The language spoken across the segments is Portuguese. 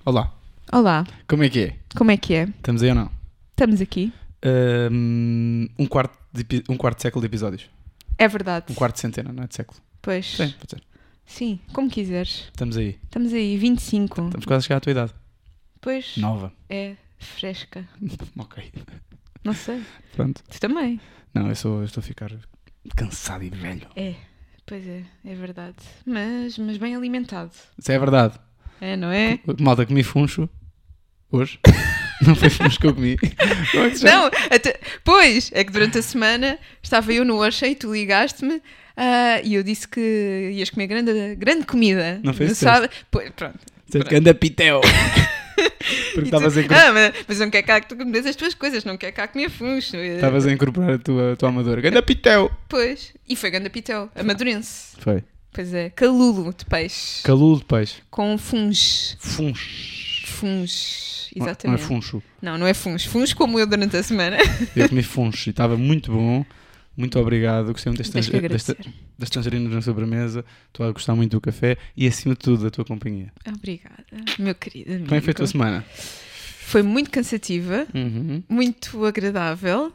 Olá, Olá, como é que é? como é que é? Estamos aí ou não? Estamos aqui. Um quarto de século de episódios. É verdade. Um quarto de centena, não é de século. Pois. Sim, pode ser. Sim, como quiseres. Estamos aí. Estamos aí, 25. Estamos quase a chegar à tua idade. Pois. Nova. É fresca. Ok. Não sei. Pronto. Tu também. Não, eu estou a ficar cansado e velho. É. Pois é verdade. Mas bem alimentado. Isso é verdade. É, não é? Malta, comi funcho hoje. Não foi funcho que eu comi. Como é que se chama? Não, pois, é que durante a semana estava eu no Oxa e tu ligaste-me e eu disse que ias comer grande comida. Não foi no isso? sábado. Pois, pronto. Você que anda pitel. Porque estavas a incorporar. mas não quer cá que tu comes as tuas coisas, não quer cá comer funcho. Estavas a incorporar a tua amadora. Ganda pitel. Pois, e foi ganda pitel, amadurense. Foi. Pois é, calulo de peixe. Calulo de peixe. Com funge. Funcho. Não é Exatamente. funcho. Não é funge. Funge como eu durante a semana. Eu comi funcho e estava muito bom. Muito obrigado. Gostei muito Tens que agradecer. das tangerinas na sobremesa. Estou a gostar muito do café e, acima de tudo, da tua companhia. Obrigada, meu querido amigo. Como é que foi a tua semana? Foi muito cansativa, muito agradável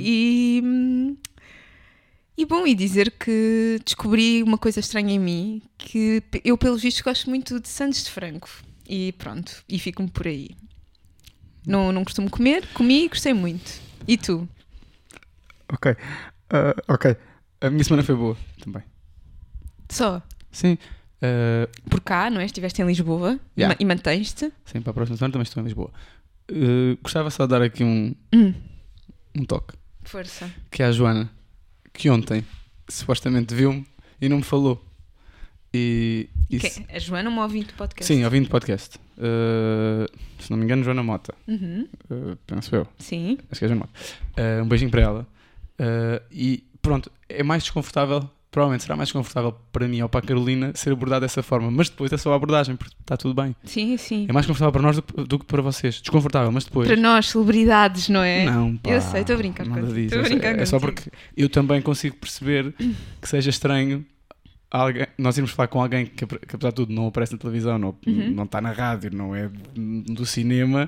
e bom, e dizer que descobri uma coisa estranha em mim, que eu, pelos vistos, gosto muito de sandes de frango. E pronto, e fico-me por aí. Não costumo comer, comi e gostei muito. E tu? Ok. Ok. A minha semana foi boa também. Só? Sim. Por cá, não é? Estiveste em Lisboa Yeah. e mantens-te? Sim, para a próxima semana também estou em Lisboa. Gostava só de dar aqui um toque. Força. Que é a Joana, que ontem supostamente viu-me e não me falou. E A Joana, uma ouvinte do podcast? sim, ouvindo podcast. Se não me engano, Joana Mota. Penso eu. Sim. Acho que é Joana Mota. Um beijinho para ela. E pronto, é mais desconfortável. Provavelmente será mais desconfortável para mim ou para a Carolina ser abordado dessa forma. Mas depois é só a abordagem, porque está tudo bem. Sim. É mais confortável para nós do que para vocês. Desconfortável, mas depois... Para nós, celebridades, não é? Não, pá. Eu sei, estou a brincar nada contigo. disso. Estou a brincar É só contigo. porque eu também consigo perceber que seja estranho nós irmos falar com alguém que apesar de tudo não aparece na televisão, não está na rádio, não é do cinema,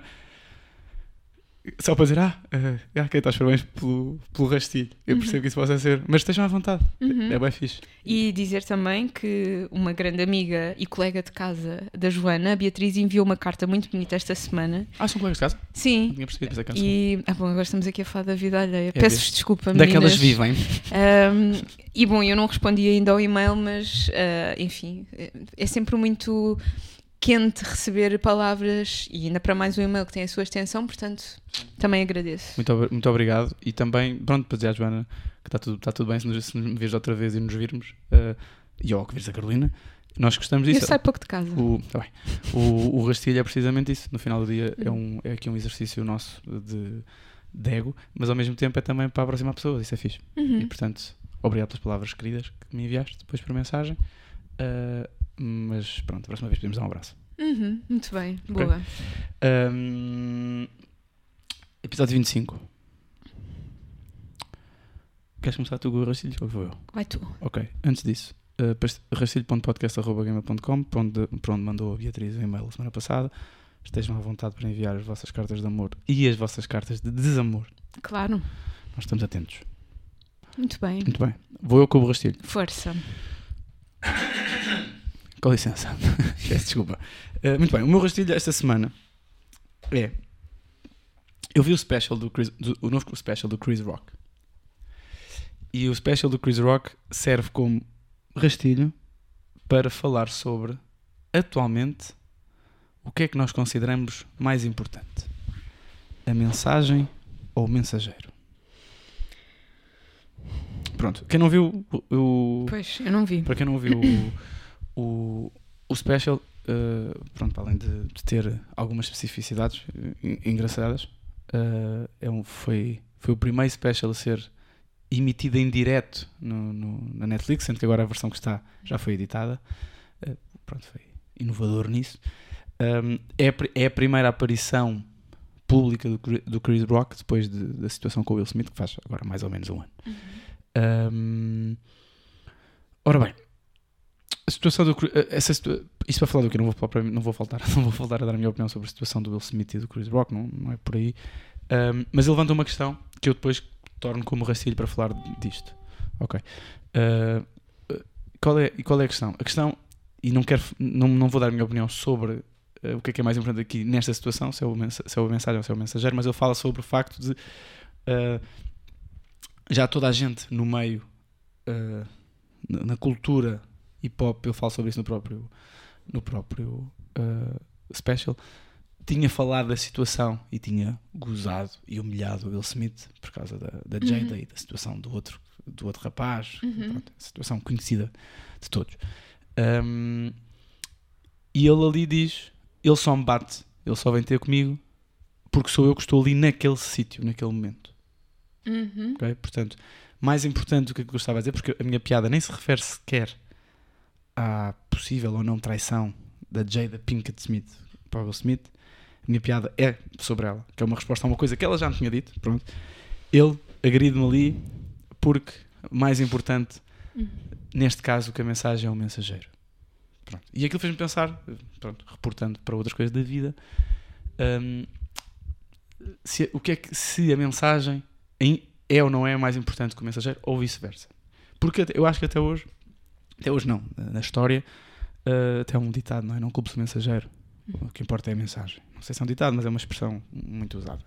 só para dizer, quem está os parabéns pelo rastilho. Eu percebo que isso possa ser, mas estejam à vontade, é bem fixe. E dizer também que uma grande amiga e colega de casa da Joana, a Beatriz, enviou uma carta muito bonita esta semana. São colegas de casa? Não Sim. tinha percebido, pensei que era E, bom, agora estamos aqui a falar da vida alheia. É Peço-vos desculpa, meninas. daquelas vivem. E bom, eu não respondi ainda ao e-mail, mas enfim, é sempre muito quente receber palavras e ainda para mais um e-mail que tem a sua extensão, portanto, também agradeço. Muito obrigado. E também, pronto, para dizer à Joana que está tudo bem se me vires outra vez e nos virmos, e ao que vires a Carolina, nós gostamos disso. Eu saio pouco de casa. Tá bem. O rastilho é precisamente isso. No final do dia é aqui um exercício nosso de ego, mas ao mesmo tempo é também para aproximar pessoas. Isso é fixe. E portanto, obrigado pelas palavras queridas que me enviaste depois por mensagem. Mas pronto, a próxima vez podemos dar um abraço. Muito bem, Okay. boa. Episódio 25. Queres começar tu com o rastilho ou vou eu? Vai tu. Ok, antes disso, rastilho.podcast@gmail.com, para onde mandou a Beatriz o e-mail a semana passada. Estejam à vontade para enviar as vossas cartas de amor e as vossas cartas de desamor. Claro. Nós estamos atentos. Muito bem. Muito bem. Vou eu com o rastilho. Força. Com licença. Peço desculpa. Muito bem. O meu rastilho esta semana é... Eu vi o novo special do Chris Rock. E o special do Chris Rock serve como rastilho para falar sobre, atualmente, o que é que nós consideramos mais importante. A mensagem ou o mensageiro? Pronto. Quem não viu Pois, eu não vi. Para quem não viu o special, pronto, para além de ter algumas especificidades engraçadas, foi o primeiro special a ser emitido em direto na Netflix, sendo que agora a versão que está já foi editada. Pronto, foi inovador nisso. É a primeira aparição pública do Chris Rock depois da situação com o Will Smith, que faz agora mais ou menos um ano. Ora bem, a situação Isto para falar do que não vou voltar a dar a minha opinião sobre a situação do Will Smith e do Chris Rock, não é por aí. Mas ele levanta uma questão que eu depois torno como rastilho para falar disto. Ok. Qual é a questão? A questão, e não vou dar a minha opinião sobre o que é mais importante aqui nesta situação, se é a mensagem ou se é o mensageiro, mas ele fala sobre o facto de já toda a gente no meio, na cultura hip-hop, eu falo sobre isso no próprio special, tinha falado da situação e tinha gozado e humilhado o Will Smith por causa da Jada e da situação do outro rapaz, pronto, a situação conhecida de todos. E ele ali diz, ele só me bate, ele só vem ter comigo porque sou eu que estou ali naquele sítio, naquele momento. Okay? Portanto, mais importante do que eu estava a dizer, porque a minha piada nem se refere sequer à possível ou não traição da Jada Pinkett Smith para o Will Smith. A minha piada é sobre ela, que é uma resposta a uma coisa que ela já me tinha dito. Pronto. Ele agride-me ali porque mais importante neste caso que a mensagem é o mensageiro. Pronto. E aquilo fez-me pensar, pronto, reportando para outras coisas da vida, se a mensagem é ou não é mais importante que o mensageiro, ou vice-versa. Porque eu acho que até hoje não, na história, até um ditado, não é? Não culpes o mensageiro, o que importa é a mensagem. Não sei se é um ditado, mas é uma expressão muito usada.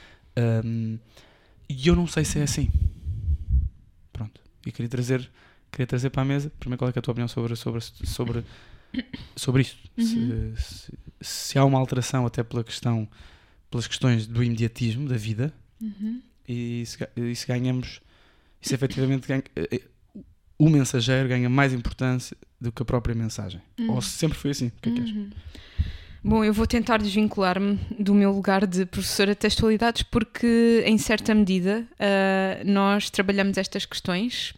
E eu não sei se é assim. Pronto. E queria trazer para a mesa, primeiro, qual é a tua opinião sobre isto? Se há uma alteração até pelas questões do imediatismo da vida, e se ganhamos, se efetivamente o mensageiro ganha mais importância do que a própria mensagem. Ou se sempre foi assim, o que é que és? Bom, eu vou tentar desvincular-me do meu lugar de professora de textualidades porque, em certa medida, nós trabalhamos estas questões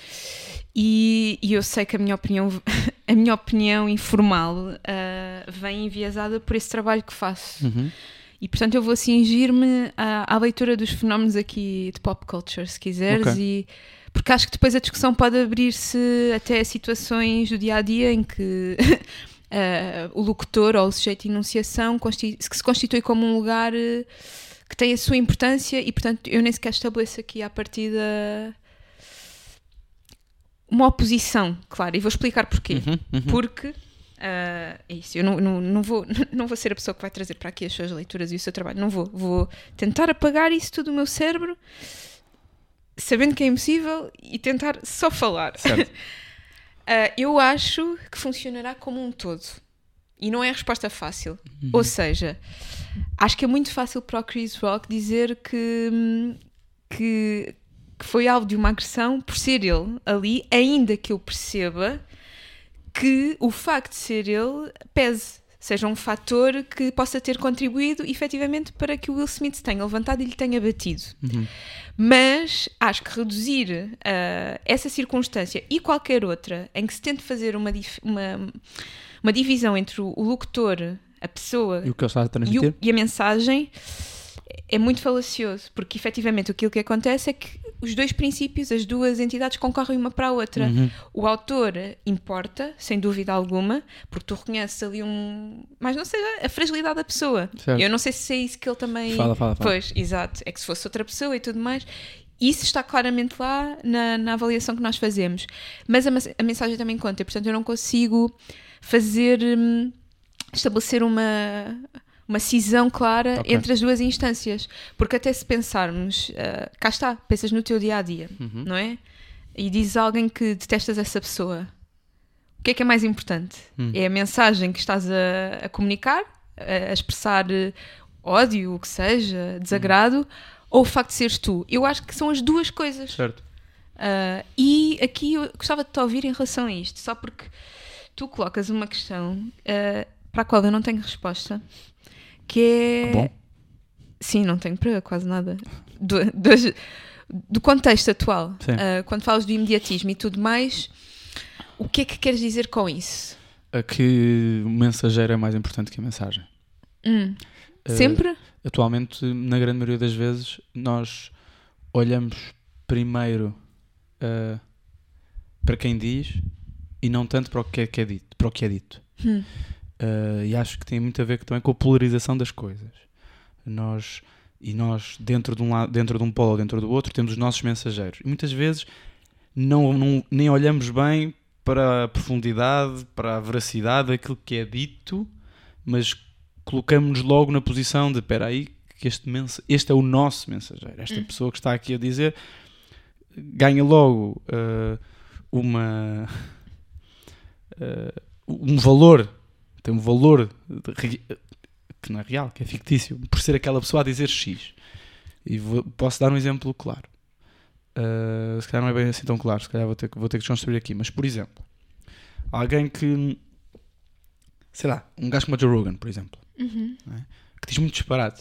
e eu sei que a minha opinião informal vem enviesada por esse trabalho que faço. E, portanto, eu vou cingir-me à leitura dos fenómenos aqui de pop culture, se quiseres, porque acho que depois a discussão pode abrir-se até a situações do dia-a-dia em que o locutor ou o sujeito de enunciação que se constitui como um lugar que tem a sua importância e, portanto, eu nem sequer estabeleço aqui à partida uma oposição, claro, e vou explicar porquê. Porque é isso, eu não vou ser a pessoa que vai trazer para aqui as suas leituras e o seu trabalho, não vou tentar apagar isso tudo do meu cérebro, sabendo que é impossível, e tentar só falar. Certo. Eu acho que funcionará como um todo e não é a resposta fácil. Ou seja, acho que é muito fácil para o Chris Rock dizer que foi alvo de uma agressão por ser ele ali, ainda que eu perceba que o facto de ser ele pese, seja um fator que possa ter contribuído efetivamente para que o Will Smith tenha levantado e lhe tenha batido. Mas acho que reduzir essa circunstância e qualquer outra em que se tente fazer uma divisão entre o locutor, a pessoa e o que ele está a transmitir e a mensagem é muito falacioso, porque efetivamente aquilo que acontece é que os dois princípios, as duas entidades concorrem uma para a outra. O autor importa, sem dúvida alguma, porque tu reconheces ali mas não sei, a fragilidade da pessoa. Certo. Eu não sei se é isso que ele também... Fala. Pois, exato. É que se fosse outra pessoa e tudo mais... Isso está claramente lá na avaliação que nós fazemos. Mas a mensagem também conta. E, portanto, eu não consigo estabelecer uma cisão clara entre as duas instâncias. Porque até se pensarmos, cá está, pensas no teu dia-a-dia, não é? E dizes a alguém que detestas essa pessoa. O que é mais importante? É a mensagem que estás a comunicar, a expressar ódio, o que seja, desagrado, ou o facto de seres tu? Eu acho que são as duas coisas. Certo. E aqui eu gostava de te ouvir em relação a isto, só porque tu colocas uma questão para a qual eu não tenho resposta, que é... Bom. Sim, não tenho para quase nada. Do contexto atual. Quando falas do imediatismo e tudo mais, o que é que queres dizer com isso? Que o mensageiro é mais importante que a mensagem. Sempre? Atualmente, na grande maioria das vezes, nós olhamos primeiro para quem diz e não tanto para o que é dito. E acho que tem muito a ver também com a polarização das coisas. Nós dentro de um polo ou dentro do outro, temos os nossos mensageiros. E muitas vezes nem olhamos bem para a profundidade, para a veracidade daquilo que é dito, mas colocamos-nos logo na posição de, espera aí, que este é o nosso mensageiro. Esta pessoa que está aqui a dizer ganha logo um valor, tem um valor que não é real, que é fictício, por ser aquela pessoa a dizer X. E posso dar um exemplo claro. Se calhar não é bem assim tão claro, se calhar vou ter que desconstruir aqui, mas por exemplo, alguém que, sei lá, um gajo como o Joe Rogan, por exemplo, não é? Que diz muito disparate,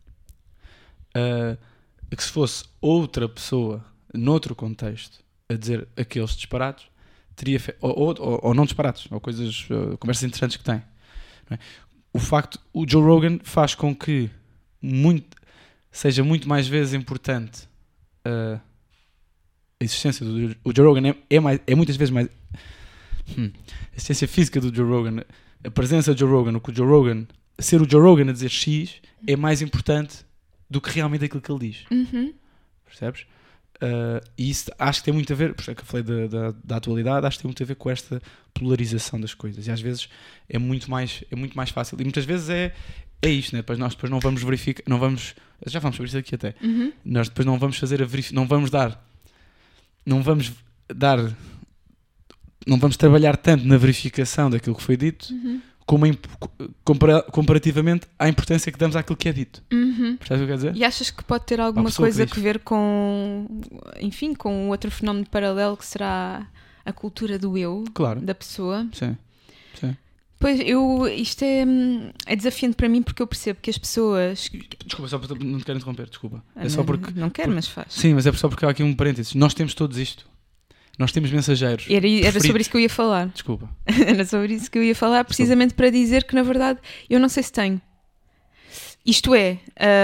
que se fosse outra pessoa noutro contexto a dizer aqueles disparates, teria ou não disparates, ou coisas, conversas interessantes que tem, não é? O Joe Rogan faz com que seja muito mais vezes importante a existência do Joe Rogan é muitas vezes mais a existência física do Joe Rogan, a presença do Joe Rogan, o Joe Rogan, ser o Joe Rogan a dizer X é mais importante do que realmente aquilo que ele diz. Percebes? E isso acho que tem muito a ver, por isso é que eu falei da atualidade, acho que tem muito a ver com esta polarização das coisas, e às vezes é muito mais fácil, e muitas vezes é isto, né? Nós depois não vamos verificar, já vamos sobre isso aqui até, nós depois não vamos fazer não vamos trabalhar tanto na verificação daquilo que foi dito, comparativamente à importância que damos àquilo que é dito. Percebes o que eu quero dizer? E achas que pode ter alguma coisa a ver com, enfim, com outro fenómeno paralelo que será a cultura do eu, claro, da pessoa? Sim. Pois, isto é desafiante para mim, porque eu percebo que as pessoas... Desculpa, só porque não te quero interromper, desculpa. É só porque... Não quero, mas faz. Sim, mas é só porque há aqui um parênteses. Nós temos todos isto. Nós temos mensageiros. Era sobre isso que eu ia falar. Desculpa. Era sobre isso que eu ia falar, precisamente para dizer que, na verdade, eu não sei se tenho. Isto é,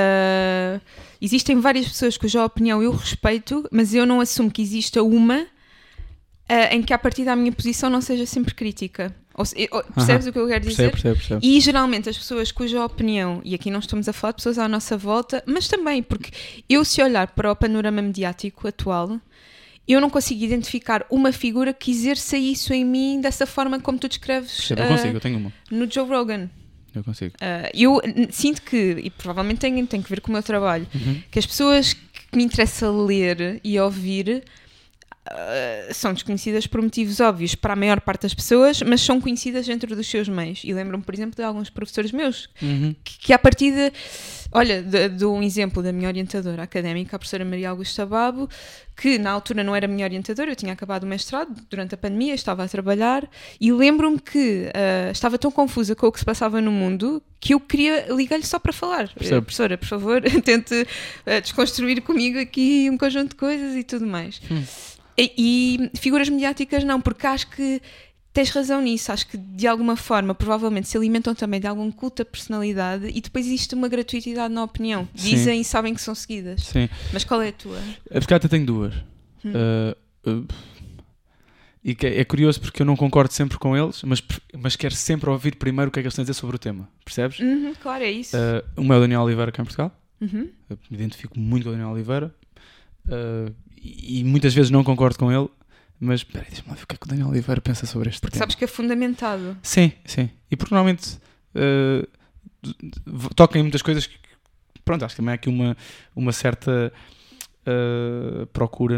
existem várias pessoas cuja opinião eu respeito, mas eu não assumo que exista uma em que, a partir da minha posição, não seja sempre crítica. Percebes o que eu quero dizer? Percebo. E, geralmente, as pessoas cuja opinião, e aqui não estamos a falar de pessoas à nossa volta, mas também, porque eu, se olhar para o panorama mediático atual, eu não consigo identificar uma figura que exerça isso em mim dessa forma como tu descreves. Eu consigo, eu tenho uma. No Joe Rogan. Eu consigo. Eu sinto que, e provavelmente tem que ver com o meu trabalho, que as pessoas que me interessa ler e ouvir são desconhecidas por motivos óbvios para a maior parte das pessoas, mas são conhecidas dentro dos seus meios. E lembro-me, por exemplo, de alguns professores meus que à partida... Olha, dou um exemplo da minha orientadora académica, a professora Maria Augusta Babo, que na altura não era minha orientadora, eu tinha acabado o mestrado durante a pandemia, estava a trabalhar, e lembro-me que estava tão confusa com o que se passava no mundo que eu queria ligar-lhe só para falar. Professora, por favor, tente desconstruir comigo aqui um conjunto de coisas e tudo mais. E figuras mediáticas não, porque acho que tens razão nisso, acho que de alguma forma provavelmente se alimentam também de algum culto à personalidade e depois existe uma gratuitidade na opinião. Dizem e sabem que são seguidas. Sim. Mas qual é a tua? Porque até tenho duas. E que é curioso porque eu não concordo sempre com eles, mas quero sempre ouvir primeiro o que é que eles têm a dizer sobre o tema. Percebes? Claro, é isso. Uma é o Daniel Oliveira cá em Portugal. Eu me identifico muito com o Daniel Oliveira. E muitas vezes não concordo com ele. Mas, peraí, deixa-me lá ver o que é que o Daniel Oliveira pensa sobre este tema. Porque sabes que é fundamentado. Sim. E porque normalmente toca em muitas coisas que, pronto, acho que também há aqui uma certa procura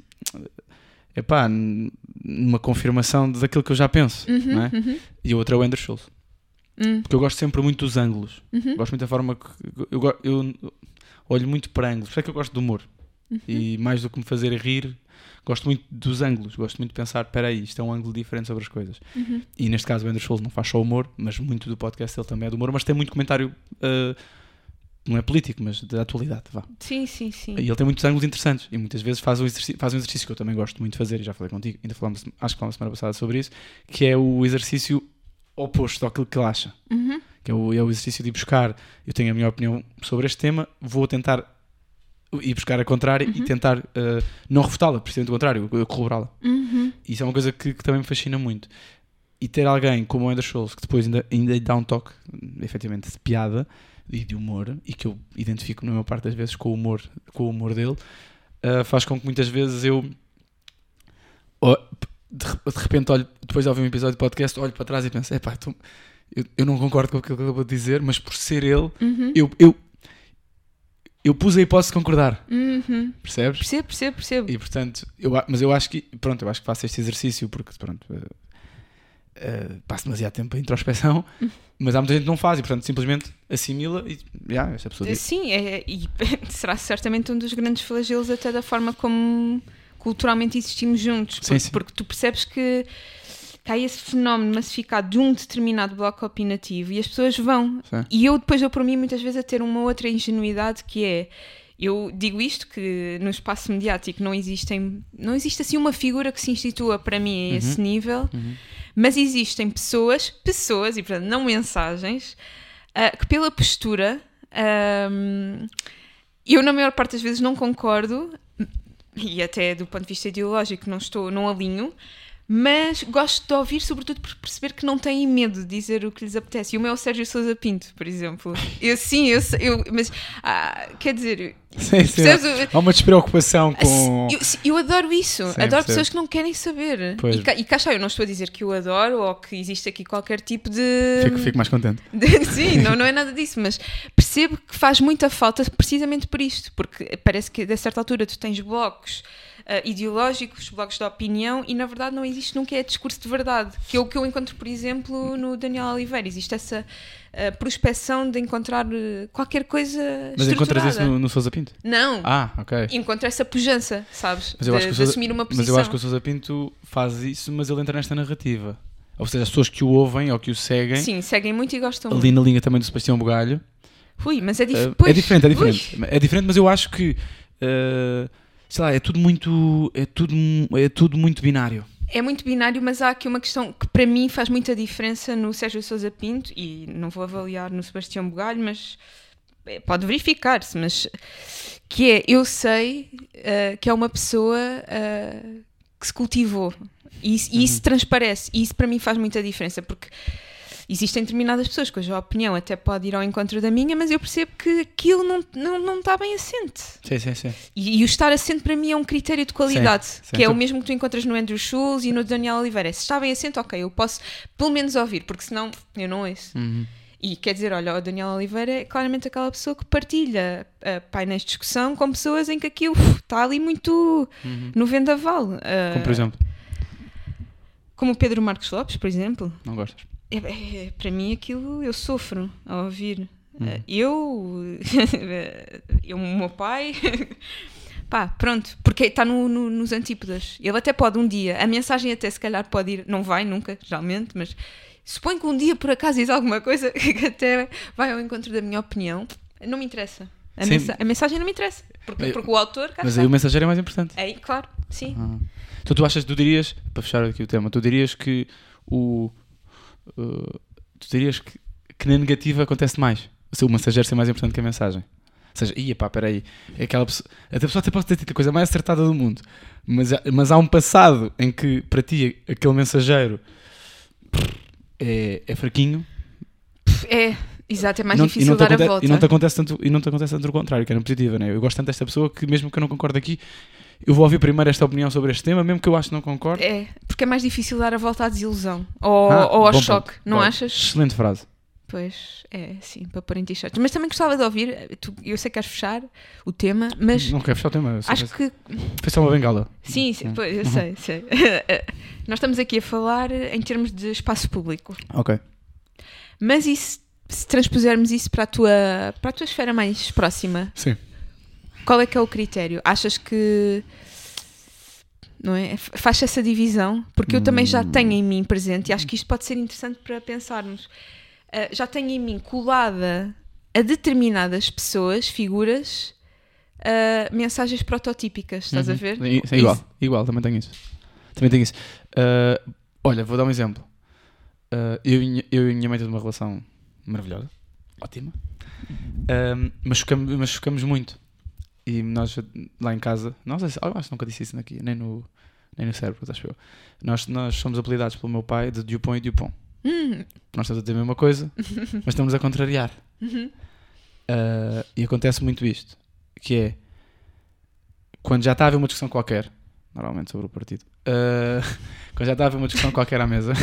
numa confirmação daquilo que eu já penso, não é? E a outra é o Andrew Schulz. Porque eu gosto sempre muito dos ângulos. Gosto muito da forma que... Eu olho muito para ângulos. Por isso é que eu gosto de humor. E mais do que me fazer rir... Gosto muito dos ângulos, gosto muito de pensar, espera aí, isto é um ângulo diferente sobre as coisas. E neste caso o Andrew Schulz não faz só humor, mas muito do podcast dele também é de humor, mas tem muito comentário, não é político, mas da atualidade, vá. Sim. E ele tem muitos ângulos interessantes e muitas vezes faz um exercício que eu também gosto muito de fazer, e já falei contigo, acho que falamos semana passada sobre isso, que é o exercício oposto àquilo que ele acha. Que é o exercício de ir buscar, eu tenho a minha opinião sobre este tema, vou tentar ir buscar a contrária e tentar não refutá-la, precisamente o contrário, corroborá-la. Isso é uma coisa que também me fascina muito. e ter alguém como o Andrew Schulz, que depois ainda dá um toque, efetivamente, de piada e de humor, e que eu identifico na maior parte das vezes com o humor dele, faz com que muitas vezes eu de repente olho, depois de ouvir um episódio de podcast, olho para trás e penso, eu não concordo com aquilo que ele acabou de dizer, mas por ser ele, eu pus a hipótese de concordar. Percebes? Percebo. E portanto, eu acho que faço este exercício porque pronto, passo demasiado tempo em introspeção, mas há muita gente que não faz e portanto simplesmente assimila e esta pessoa diz. Sim, e será certamente um dos grandes flagelos até da forma como culturalmente existimos juntos, porque tu percebes que há esse fenómeno massificado de um determinado bloco opinativo e as pessoas vão. Sim. E eu por mim, muitas vezes a ter uma outra ingenuidade que é, eu digo isto, que no espaço mediático não existe assim uma figura que se institua para mim a esse nível, mas existem pessoas, e portanto não mensagens, que pela postura, eu na maior parte das vezes não concordo, e até do ponto de vista ideológico não alinho, mas gosto de ouvir, sobretudo por perceber que não têm medo de dizer o que lhes apetece. E o meu é o Sérgio Sousa Pinto, por exemplo. Mas quer dizer, há uma despreocupação com... Eu adoro isso, adoro pessoas que não querem saber. E cá está, eu não estou a dizer que eu adoro ou que existe aqui qualquer tipo de... Fico mais contente. Sim, não é nada disso, mas percebo que faz muita falta precisamente por isto, porque parece que a certa altura tu tens blocos ideológicos, blogs de opinião, e na verdade não existe nunca discurso de verdade, que é o que eu encontro, por exemplo, no Daniel Oliveira. Existe essa prospeção de encontrar qualquer coisa estruturada. Mas encontras isso no Sousa Pinto? Não. Ok. Encontro essa pujança, sabes? Mas eu acho que assumir uma posição. Mas eu acho que o Sousa Pinto faz isso, mas ele entra nesta narrativa. Ou seja, as pessoas que o ouvem ou que o seguem... Sim, seguem muito e gostam muito. Ali na linha também do Sebastião Bugalho. Mas é diferente. É diferente. É diferente, mas eu acho que... sei lá, é tudo muito binário. É muito binário, mas há aqui uma questão que para mim faz muita diferença no Sérgio Sousa Pinto, e não vou avaliar no Sebastião Bugalho, mas pode verificar-se, mas que é, eu sei que é uma pessoa que se cultivou, e isso transparece, e isso para mim faz muita diferença, porque existem determinadas pessoas cuja opinião até pode ir ao encontro da minha, mas eu percebo que aquilo não está bem assente. Sim. E o estar assente para mim é um critério de qualidade, que é o mesmo que tu encontras no Andrew Schulz e no Daniel Oliveira. Se está bem assente, ok, eu posso pelo menos ouvir, porque senão eu não ouço. E quer dizer, olha, o Daniel Oliveira é claramente aquela pessoa que partilha painéis de discussão com pessoas em que aquilo está ali muito no vendaval. Como por exemplo? Como o Pedro Marcos Lopes, por exemplo. Não gostas? Para mim aquilo eu sofro a ouvir. O meu pai pronto, porque está nos antípodas. Ele até pode um dia, a mensagem até se calhar pode ir, não vai nunca, geralmente, mas suponho que um dia por acaso diz alguma coisa que até vai ao encontro da minha opinião, não me interessa. A mensagem não me interessa, porque o autor... Mas aí o mensageiro é mais importante. É, claro, sim. Então tu dirias, para fechar aqui o tema, tu dirias que que na negativa acontece mais, o mensageiro ser mais importante que a mensagem. Ou seja, peraí, é aquela pessoa, a pessoa até pode ter tido a coisa mais acertada do mundo, mas há um passado em que para ti aquele mensageiro é fraquinho. Exato, é mais difícil dar a volta. E não te acontece tanto o contrário, que é na positiva, né? Eu gosto tanto desta pessoa que mesmo que eu não concorde aqui, eu vou ouvir primeiro esta opinião sobre este tema, mesmo que eu acho que não concordo. Porque é mais difícil dar a volta à desilusão ou ao choque, ponto. Não achas? Excelente frase. Pois, sim, para pôr em t-shirts. Mas também gostava de ouvir, eu sei que queres fechar o tema, mas... Não quero fechar o tema. Acho que... Foi só uma bengala. Sim, pois, eu sei. Nós estamos aqui a falar em termos de espaço público. Ok. Mas isso, se transpusermos isso para a tua esfera mais próxima... Sim. Qual é que é o critério? Achas que... Não é? Faz essa divisão? Porque eu também já tenho em mim presente, e acho que isto pode ser interessante para pensarmos. Já tenho em mim colada a determinadas pessoas, figuras, mensagens prototípicas, estás a ver? É igual, também tenho isso. Olha, vou dar um exemplo. Eu e a minha mãe temos uma relação maravilhosa, ótima, mas chocamos muito. E nós lá em casa, eu acho que nunca disse isso aqui, nem no nem no cérebro, acho eu. Nós somos apelidados pelo meu pai de Dupont e Dupont. Nós estamos a dizer a mesma coisa, mas estamos a contrariar. E acontece muito isto, que é quando já está a haver uma discussão qualquer, normalmente sobre o partido, quando já está a haver uma discussão qualquer à mesa,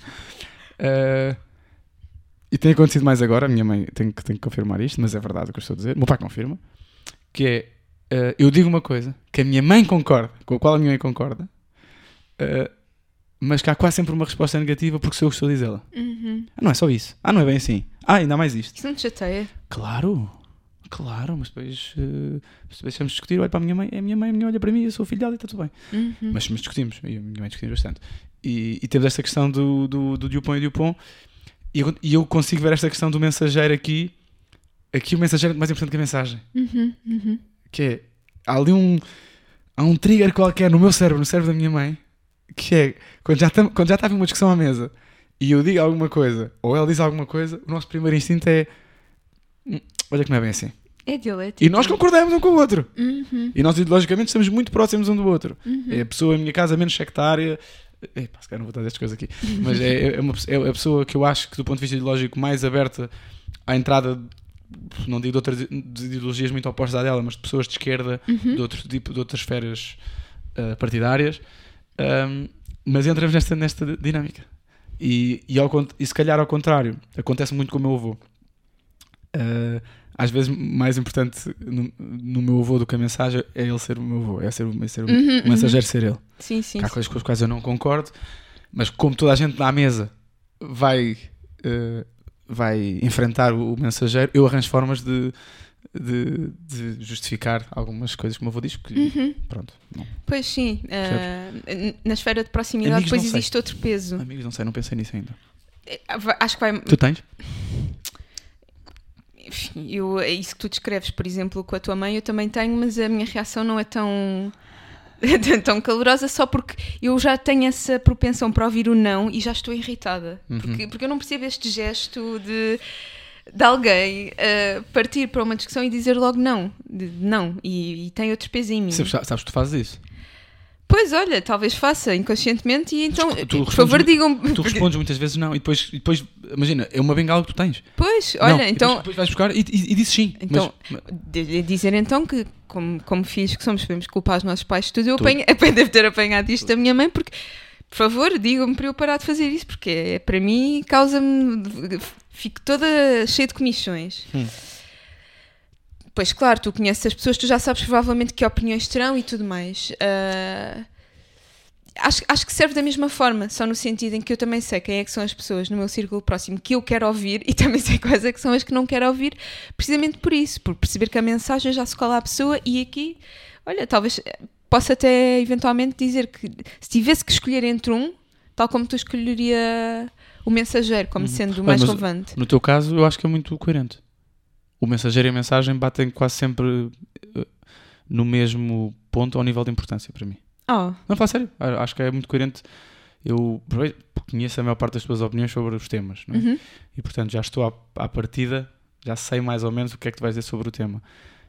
e tem acontecido mais agora, a minha mãe tem que confirmar isto, mas é verdade o que eu estou a dizer, o meu pai confirma, que é, eu digo uma coisa que a minha mãe concorda, com a qual a minha mãe concorda, mas que há quase sempre uma resposta negativa porque sou eu que estou a dizê-la. Não é só isso. Não é bem assim. Ainda há mais isto. Isso não te chateia? Claro, mas depois deixamos de discutir, olho para a minha mãe, a minha mãe olha para mim, eu sou o filho dela e está tudo bem. Mas discutimos, e a minha mãe discutimos bastante. E temos esta questão do Dupont e Dupont, e eu consigo ver esta questão do mensageiro aqui o mensageiro é mais importante que a mensagem. Que é, há um trigger qualquer no meu cérebro, no cérebro da minha mãe, que é, quando já está uma discussão à mesa e eu digo alguma coisa, ou ela diz alguma coisa, o nosso primeiro instinto é olha que não é bem assim. É dialético. E nós concordamos um com o outro. E nós ideologicamente estamos muito próximos um do outro. É a pessoa em minha casa menos sectária. Se calhar não vou estar destas coisas aqui. Mas é a pessoa que eu acho que do ponto de vista ideológico mais aberta à entrada, não digo de ideologias muito opostas à dela, mas de pessoas de esquerda, de outro tipo, de outras esferas partidárias. Mas entramos nesta dinâmica. E se calhar ao contrário, acontece muito com o meu avô. Às vezes mais importante no meu avô do que a mensagem é ele ser o meu avô, é ser o mensageiro ser ele. Sim, há coisas com as quais eu não concordo, mas como toda a gente na mesa vai enfrentar o mensageiro, eu arranjo formas de justificar algumas coisas que o meu avô diz que pronto. Não. Pois sim, na esfera de proximidade amigos depois existe outro peso. Amigos, não sei, não pensei nisso ainda. Acho que vai... Tu tens? É isso que tu descreves, por exemplo, com a tua mãe, eu também tenho, mas a minha reação não é tão calorosa, só porque eu já tenho essa propensão para ouvir o não e já estou irritada. Porque eu não percebo este gesto de alguém partir para uma discussão e dizer logo não. E tem outro peso em mim. Sabes que tu fazes isso? Pois, olha, talvez faça inconscientemente e então, por favor, digam-me. Tu respondes muitas vezes não e depois imagina, é uma bengala que tu tens. Pois, olha, não, então... Depois vais buscar e dizes sim. Então, dizer então que, como filhos que somos, podemos culpar os nossos pais de tudo, eu devo ter apanhado isto da minha mãe, porque, por favor, digam-me para eu parar de fazer isso, porque para mim causa-me... Fico toda cheia de comichões. Pois claro, tu conheces as pessoas, tu já sabes provavelmente que opiniões terão e tudo mais. Acho que serve da mesma forma, só no sentido em que eu também sei quem é que são as pessoas no meu círculo próximo que eu quero ouvir e também sei quais é que são as que não quero ouvir, precisamente por isso, por perceber que a mensagem já se cola à pessoa. E aqui, olha, talvez possa até eventualmente dizer que se tivesse que escolher entre tal como tu escolheria o mensageiro como sendo o mais relevante. No teu caso, eu acho que é muito coerente. O mensageiro e a mensagem batem quase sempre no mesmo ponto ao nível de importância para mim. Não, fala sério. Acho que é muito coerente. Eu conheço a maior parte das tuas opiniões sobre os temas, não é? E portanto já estou à partida, já sei mais ou menos o que é que tu vais dizer sobre o tema.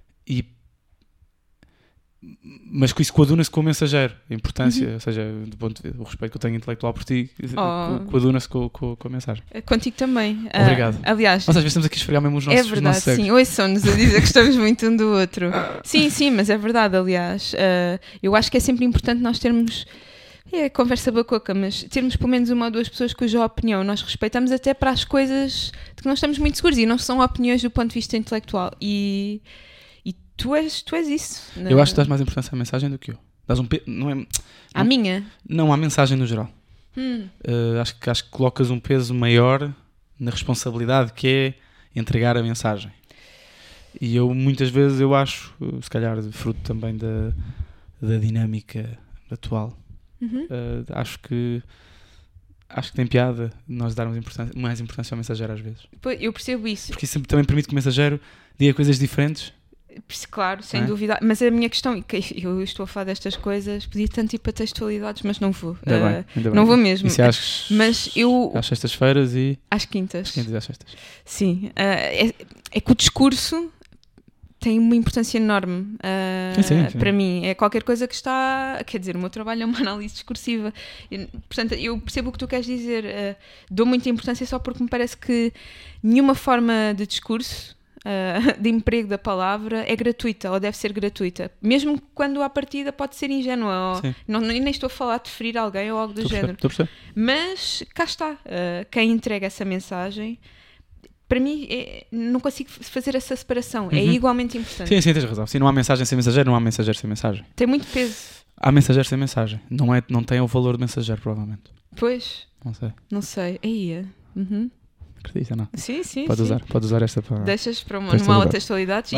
Mas isso coaduna-se com o mensageiro, a importância, ou seja, do ponto de vista, o respeito que eu tenho intelectual por ti, coaduna-se com a mensagem. Contigo também. Obrigado. Aliás, nós às vezes estamos aqui a esfregar mesmo os nossos É verdade, sim. Sim. Ouçam-nos a dizer que estamos muito um do outro. Sim, mas é verdade, aliás. Eu acho que é sempre importante nós termos... conversa bacoca, mas termos pelo menos uma ou duas pessoas cuja opinião nós respeitamos até para as coisas de que nós estamos muito seguros e não são opiniões do ponto de vista intelectual. E tu és isso. Não? Eu acho que dás mais importância à mensagem do que eu. Dás à minha? Não, à mensagem no geral. Acho que colocas um peso maior na responsabilidade que é entregar a mensagem. E eu muitas vezes eu acho, se calhar fruto também da dinâmica atual, acho que tem piada nós darmos mais importância ao mensageiro às vezes. Eu percebo isso. Porque isso também permite que o mensageiro diga coisas diferentes. Claro, sem dúvida. Mas a minha questão é que eu estou a falar destas coisas, podia tanto ir para textualidades, mas não vou. Ainda bem. Não vou mesmo. Isso mas eu... às sextas-feiras e... Às quintas. Às quintas e às sextas. Sim. É que o discurso tem uma importância enorme Sim. para mim. É qualquer coisa que está... Quer dizer, o meu trabalho é uma análise discursiva. Portanto, eu percebo o que tu queres dizer. Dou muita importância só porque me parece que nenhuma forma de discurso, de emprego da palavra, é gratuita ou deve ser gratuita. Mesmo quando à partida pode ser ingênua. Ou, nem estou a falar de ferir alguém ou algo do género. Mas cá está. Quem entrega essa mensagem... Para mim, não consigo fazer essa separação. É igualmente importante. Sim, tens razão. Sim, não há mensagem sem mensageiro, não há mensageiro sem mensagem. Tem muito peso. Há mensageiro sem mensagem. Não tem o valor de mensageiro, provavelmente. Pois. Não sei. Aí. Acredita, não? Sim. Pode usar esta para... Deixas para numa aula de textualidades.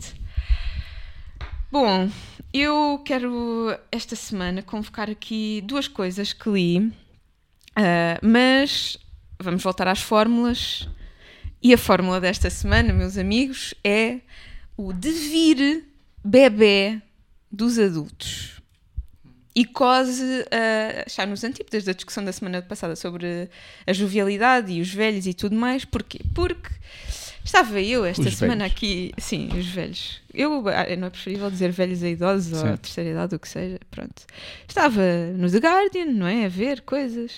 Bom, eu quero esta semana convocar aqui 2 coisas que li. Mas vamos voltar às fórmulas. E a fórmula desta semana, meus amigos, é o devir bebé dos adultos. E quase está nos antípodas da discussão da semana passada sobre a jovialidade e os velhos e tudo mais. Porquê? Porque estava eu esta semana aqui... Sim, os velhos. Não é preferível dizer velhos a idosos ou a terceira idade, o que seja. Pronto. Estava no The Guardian, não é? A ver coisas.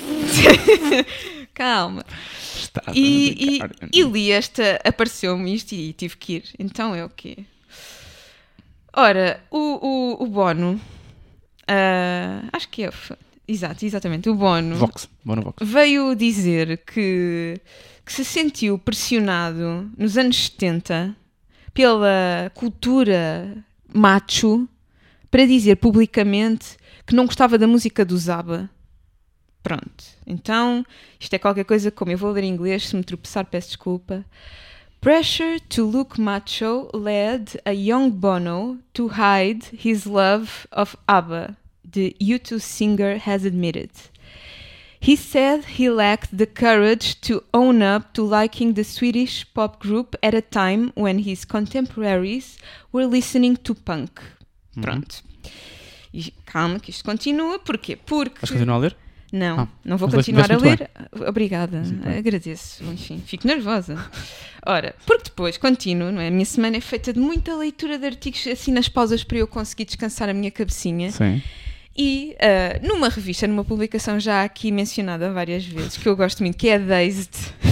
Calma. E li apareceu-me isto e tive que ir. Então é o quê? Ora, o Bono, acho que é, exatamente, o Bono Vox. veio dizer que se sentiu pressionado nos anos 70 pela cultura macho para dizer publicamente que não gostava da música do ABBA. Pronto, então isto é qualquer coisa como, eu vou ler em inglês, se me tropeçar peço desculpa. Pressure to look macho led a young Bono to hide his love of ABBA, the U2 singer has admitted. He said he lacked the courage to own up to liking the Swedish pop group at a time when his contemporaries were listening to punk. Pronto. E calma que isto continua, porquê? Porque... Vais continuar a ler? Não vou continuar a ler. Obrigada, agradeço. Enfim, fico nervosa. Ora, porque depois continuo, não é? A minha semana é feita de muita leitura de artigos assim nas pausas para eu conseguir descansar a minha cabecinha. Sim. E numa revista, numa publicação já aqui mencionada várias vezes, que eu gosto muito, que é a Dazed,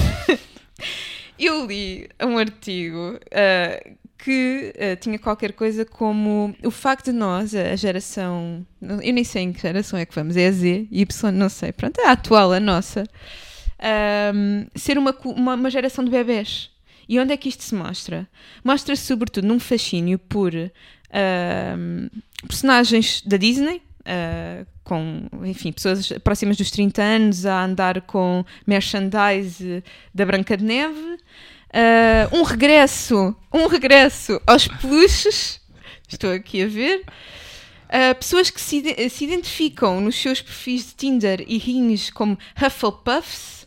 eu li um artigo que tinha qualquer coisa como o facto de nós, a geração, eu nem sei em que geração é que vamos, é a Z, Y, não sei, pronto, a atual, a nossa, ser uma geração de bebés. E onde é que isto se mostra? Mostra-se sobretudo num fascínio por personagens da Disney, com, enfim, pessoas próximas dos 30 anos a andar com merchandise da Branca de Neve, um regresso aos peluches, estou aqui a ver, pessoas que se identificam nos seus perfis de Tinder e Hinge como Hufflepuffs,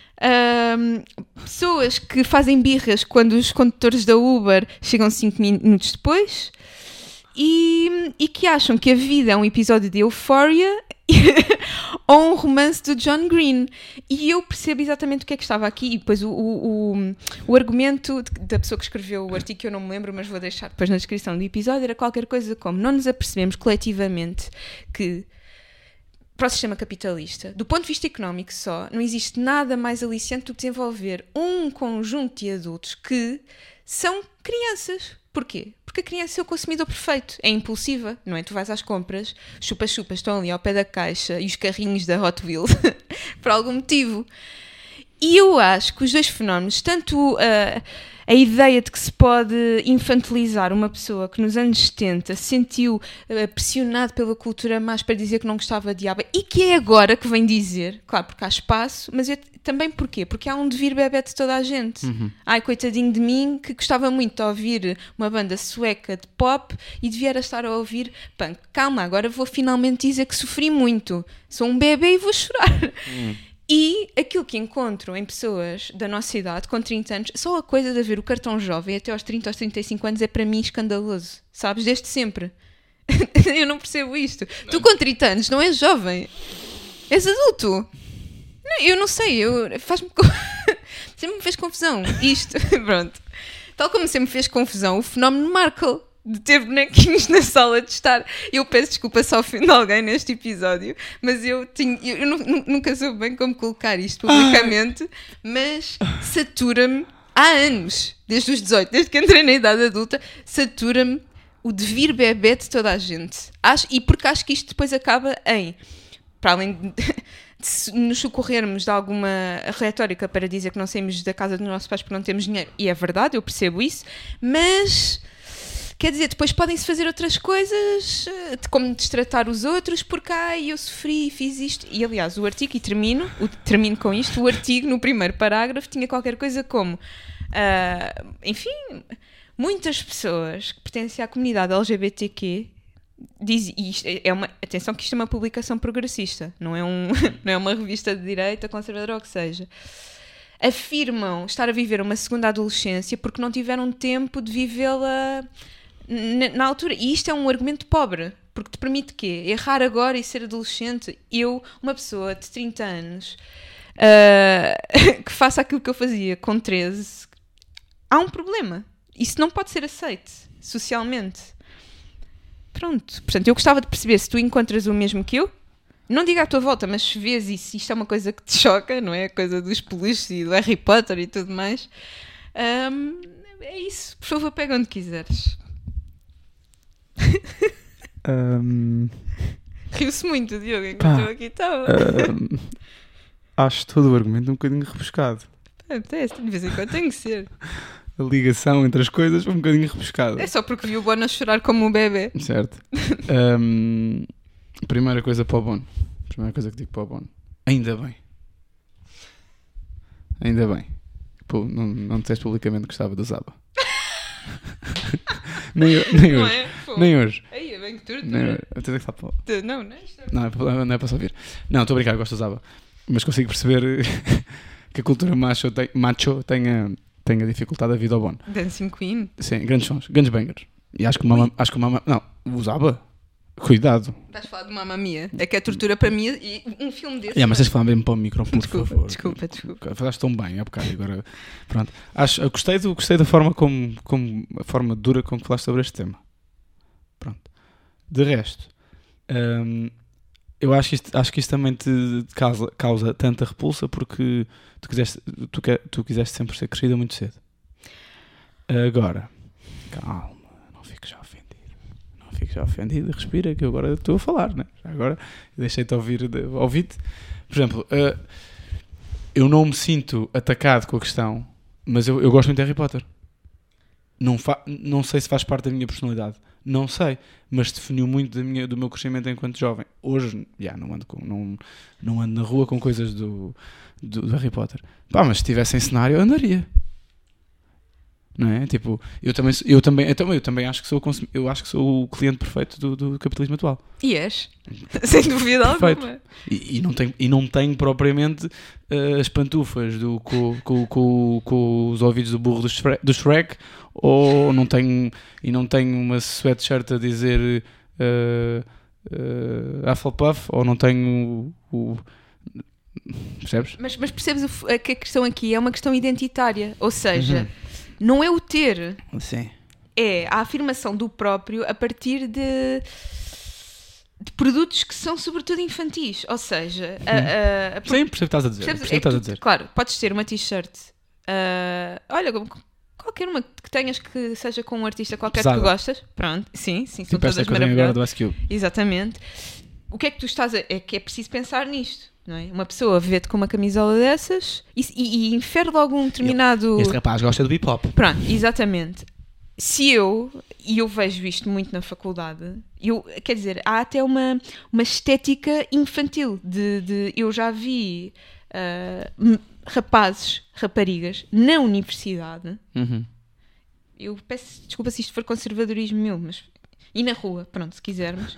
pessoas que fazem birras quando os condutores da Uber chegam 5 minutos depois e que acham que a vida é um episódio de Euphoria ou um romance do John Green. E eu percebo exatamente o que é que estava aqui e depois o argumento da pessoa que escreveu o artigo, que eu não me lembro, mas vou deixar depois na descrição do episódio, era qualquer coisa como: não nos apercebemos coletivamente que para o sistema capitalista, do ponto de vista económico só, não existe nada mais aliciante do que desenvolver um conjunto de adultos que são crianças. Porquê? Porque a criança é o consumidor perfeito, é impulsiva, não é? Tu vais às compras, chupa-chupas estão ali ao pé da caixa e os carrinhos da Hot Wheels, por algum motivo. E eu acho que os dois fenómenos, tanto a ideia de que se pode infantilizar uma pessoa que nos anos 70 se sentiu pressionado pela cultura mais para dizer que não gostava de ABBA e que é agora que vem dizer, claro, porque há espaço, mas também porquê? Porque há um devir bebé de toda a gente. Ai, coitadinho de mim, que gostava muito de ouvir uma banda sueca de pop e devia estar a ouvir punk. Calma, agora vou finalmente dizer que sofri muito. Sou um bebé e vou chorar. E aquilo que encontro em pessoas da nossa idade, com 30 anos, só a coisa de haver o cartão jovem até aos 30, aos 35 anos é para mim escandaloso. Sabes? Desde sempre. Eu não percebo isto. Não. Tu com 30 anos não és jovem. És adulto. Não, eu não sei. Sempre me fez confusão. Isto. Pronto. Tal como sempre fez confusão o fenómeno Markle de ter bonequinhos na sala de estar. Eu peço desculpa se ofendo alguém neste episódio, mas eu nunca soube bem como colocar isto publicamente, mas satura-me há anos, desde os 18, desde que entrei na idade adulta, satura-me o devir bebé de toda a gente. E porque acho que isto depois acaba em, para além de nos socorrermos de alguma retórica para dizer que não saímos da casa dos nossos pais porque não temos dinheiro, e é verdade, eu percebo isso, mas... Quer dizer, depois podem-se fazer outras coisas, como destratar os outros, porque eu sofri e fiz isto. E aliás, o artigo, e termino com isto, o artigo no primeiro parágrafo tinha qualquer coisa como, enfim, muitas pessoas que pertencem à comunidade LGBTQ atenção que isto é uma publicação progressista, não é uma revista de direita, conservadora ou o que seja. Afirmam estar a viver uma segunda adolescência porque não tiveram tempo de vivê-la na altura. E isto é um argumento pobre, porque te permite quê? Errar agora e ser adolescente. Eu, uma pessoa de 30 anos, que faça aquilo que eu fazia com 13, há um problema. Isso não pode ser aceito socialmente. Pronto. Portanto, eu gostava de perceber se tu encontras o mesmo que eu. Não diga à tua volta, mas se vês isso, isto é uma coisa que te choca, não é? A coisa dos peluches e do Harry Potter e tudo mais. É isso. Por favor, pega onde quiseres. Riu-se muito, Diogo, enquanto eu aqui estava. Acho todo o argumento um bocadinho rebuscado. De vez em quando tem que ser. A ligação entre as coisas foi um bocadinho rebuscada. É só porque viu o Bono a chorar como um bebê. Certo. Primeira coisa para o Bono. Primeira coisa que digo para o Bono. Ainda bem. Ainda bem. Pô, não disseste publicamente que gostava do Zaba. nem hoje. Não é? Nem hoje. Aí é bem que tudo. Não é para só ouvir. Não, estou a brincar, gosto do Zaba. Mas consigo perceber que a cultura macho tenha dificultado a vida ao Bono. Dancing Queen. Sim, grandes sons, grandes bangers. E acho que não, o Zaba. Cuidado. Estás a falar de Mamma Mia. É que é tortura para mim e um filme desse. Mas tens de falar mesmo para o micro, por favor. Desculpa. Falaste tão bem há bocado. Agora, pronto. Gostei da forma como a forma dura com que falaste sobre este tema. Pronto. De resto, eu acho que isto também te causa tanta repulsa porque tu quiseste sempre ser crescida muito cedo. Agora, calma, não fiques já ofendido, respira, que eu agora estou a falar, né? Agora deixei-te ouvir-te. Por exemplo, eu não me sinto atacado com a questão, mas eu gosto muito de Harry Potter. Não sei se faz parte da minha personalidade, não sei, mas definiu muito do meu crescimento enquanto jovem. Hoje, não ando na rua com coisas do Harry Potter. Mas se estivesse em cenário, eu andaria. Não é? Tipo, eu também acho que sou o cliente perfeito do capitalismo atual. E és, sem dúvida alguma. E não tenho propriamente as pantufas com os ouvidos do burro do Shrek, ou não tenho uma sweatshirt a dizer Hufflepuff, ou não tenho o percebes? Mas percebes que a questão aqui é uma questão identitária, ou seja, não é o ter, sim, é a afirmação do próprio a partir de produtos que são sobretudo infantis, ou seja... Sim, percebo o que estás a dizer. Claro, podes ter uma t-shirt, olha, qualquer uma que tenhas que seja com um artista qualquer pesada, que tu gostas, pronto, sim, são todas maravilhosas. Agora do Ice Cube. Exatamente. O que é que tu estás é que é preciso pensar nisto, não é? Uma pessoa vê-te com uma camisola dessas e infere logo um determinado... Este rapaz gosta do hip-hop. Pronto, exatamente. Eu vejo isto muito na faculdade, quer dizer, há até uma estética infantil eu já vi raparigas na universidade, eu peço desculpa se isto for conservadorismo meu, e na rua, pronto, se quisermos,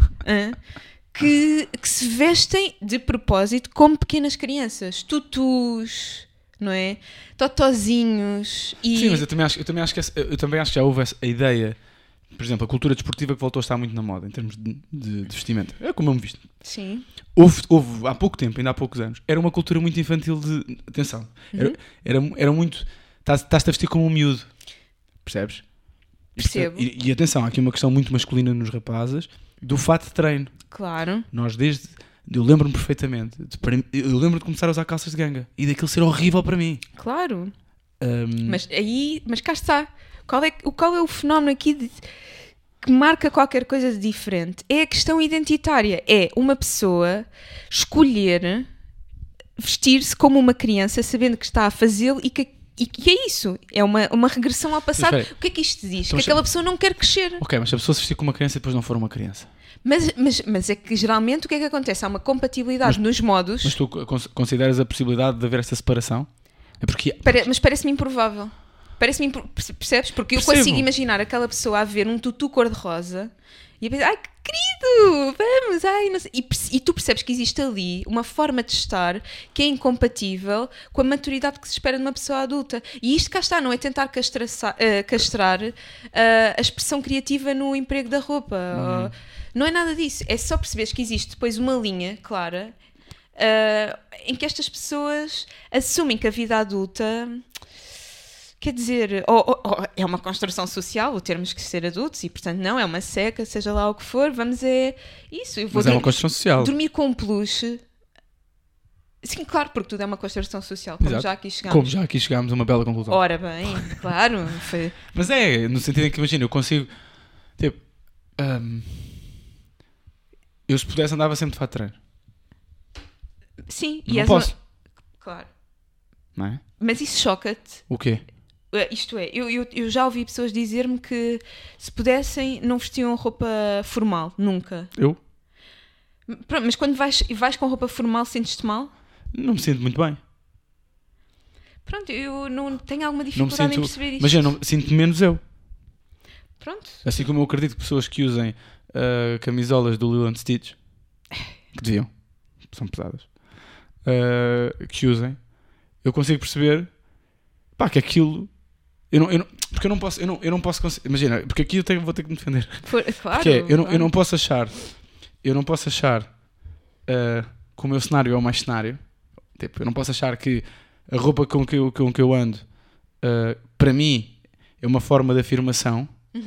que se vestem de propósito como pequenas crianças, tutus, não é? Totozinhos e... Sim, mas eu também acho que já houve a ideia, por exemplo, a cultura desportiva que voltou a estar muito na moda em termos de vestimenta. É como eu me visto. Sim. Houve há pouco tempo, ainda há poucos anos, era uma cultura muito infantil de... Atenção, era muito... Estás-te a vestir como um miúdo. percebes? Percebo. E atenção, há aqui uma questão muito masculina nos rapazes do fato de treino. Claro. Eu lembro-me perfeitamente. Eu lembro de começar a usar calças de ganga e daquilo ser horrível para mim. Claro. Mas cá está. Qual é o fenómeno aqui que marca qualquer coisa de diferente? É a questão identitária. É uma pessoa escolher vestir-se como uma criança sabendo que está a fazê-lo e que é isso. É uma regressão ao passado. O que é que isto diz? Então, que aquela pessoa não quer crescer. Ok, mas se a pessoa se vestir como uma criança e depois não for uma criança. Mas é que geralmente o que é que acontece? Há uma compatibilidade nos modos. Mas tu consideras a possibilidade de haver essa separação? É porque... Mas parece-me improvável. Percebes? Porque eu consigo imaginar aquela pessoa a ver um tutu cor-de-rosa e a pensar, ai que querido, vamos, ai, não sei. E tu percebes que existe ali uma forma de estar que é incompatível com a maturidade que se espera de uma pessoa adulta. E isto cá está, não é tentar castrar a expressão criativa no emprego da roupa. Não é nada disso. É só perceberes que existe depois uma linha clara em que estas pessoas assumem que a vida adulta... Quer dizer, é uma construção social, o termos que ser adultos, e portanto não, é uma seca, seja lá o que for, vamos isso. Mas é uma construção social. Dormir com um peluche. Sim, claro, porque tudo é uma construção social, como Exato. já aqui chegámos. Como já aqui chegámos a uma bela conclusão. Ora bem, claro. Mas no sentido em que, imagina, eu consigo, tipo, eu se pudesse andava sempre de fato de treino. Sim. Não posso. Claro. Não é? Mas isso choca-te. O quê? Isto é, eu já ouvi pessoas dizer-me que se pudessem não vestiam roupa formal, nunca. Eu? Pronto, mas quando vais com roupa formal sentes-te mal? Não me sinto muito bem. Pronto, eu não tenho alguma dificuldade em perceber isto. Mas eu sinto menos eu. Pronto. Assim como eu acredito que pessoas que usem camisolas do Lilo & Stitch, que deviam, são pesadas, que usem, eu consigo perceber que aquilo... Porque eu não posso imagina, porque aqui vou ter que me defender. Claro. Porque eu não posso achar que o meu cenário é o mais cenário. Tipo, eu não posso achar que a roupa com que eu ando para mim é uma forma de afirmação.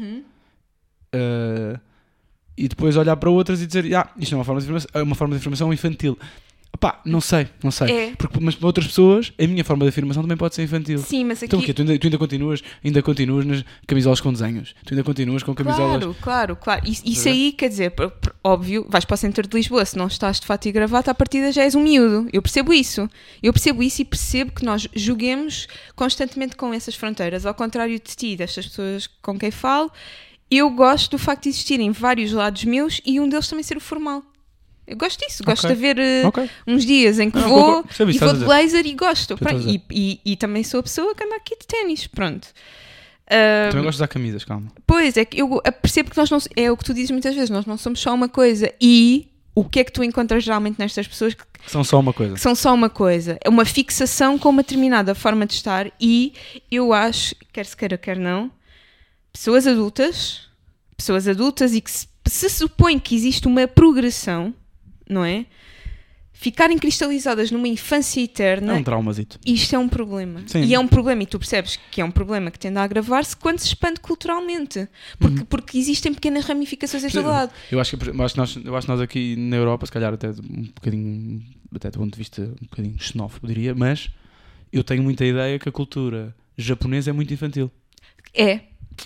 E depois olhar para outras e dizer isto é uma forma de afirmação infantil. Não sei. Mas para outras pessoas a minha forma de afirmação também pode ser infantil. Sim, mas aqui... Então o quê? Tu ainda continuas nas camisolas com desenhos? Tu ainda continuas com camisolas... Claro. Isso aí, quer dizer, óbvio, vais para o centro de Lisboa, se não estás de fato e gravata, à partida já és um miúdo. Eu percebo isso e percebo que nós joguemos constantemente com essas fronteiras. Ao contrário de ti, destas pessoas com quem falo, eu gosto do facto de existirem vários lados meus e um deles também ser o formal. Eu gosto disso, gosto de haver uns dias em que vou de blazer e gosto. E também sou a pessoa que anda aqui de ténis, pronto. Também gosto de usar camisas, calma. Pois, é que eu percebo que nós não... É o que tu dizes muitas vezes, nós não somos só uma coisa. E o que é que tu encontras geralmente nestas pessoas que são só uma coisa? Que são só uma coisa. É uma fixação com uma determinada forma de estar e eu acho, quer se queira, quer não, pessoas adultas e que se supõe que existe uma progressão, não é? Ficarem cristalizadas numa infância eterna... É um traumazito. Isto é um problema. Sim. E é um problema, e tu percebes que é um problema que tende a agravar-se quando se expande culturalmente. Porque existem pequenas ramificações em todo lado. Eu acho que nós aqui na Europa, se calhar até um bocadinho, até do ponto de vista um bocadinho xenófobo, diria, mas eu tenho muita ideia que a cultura japonesa é muito infantil. É.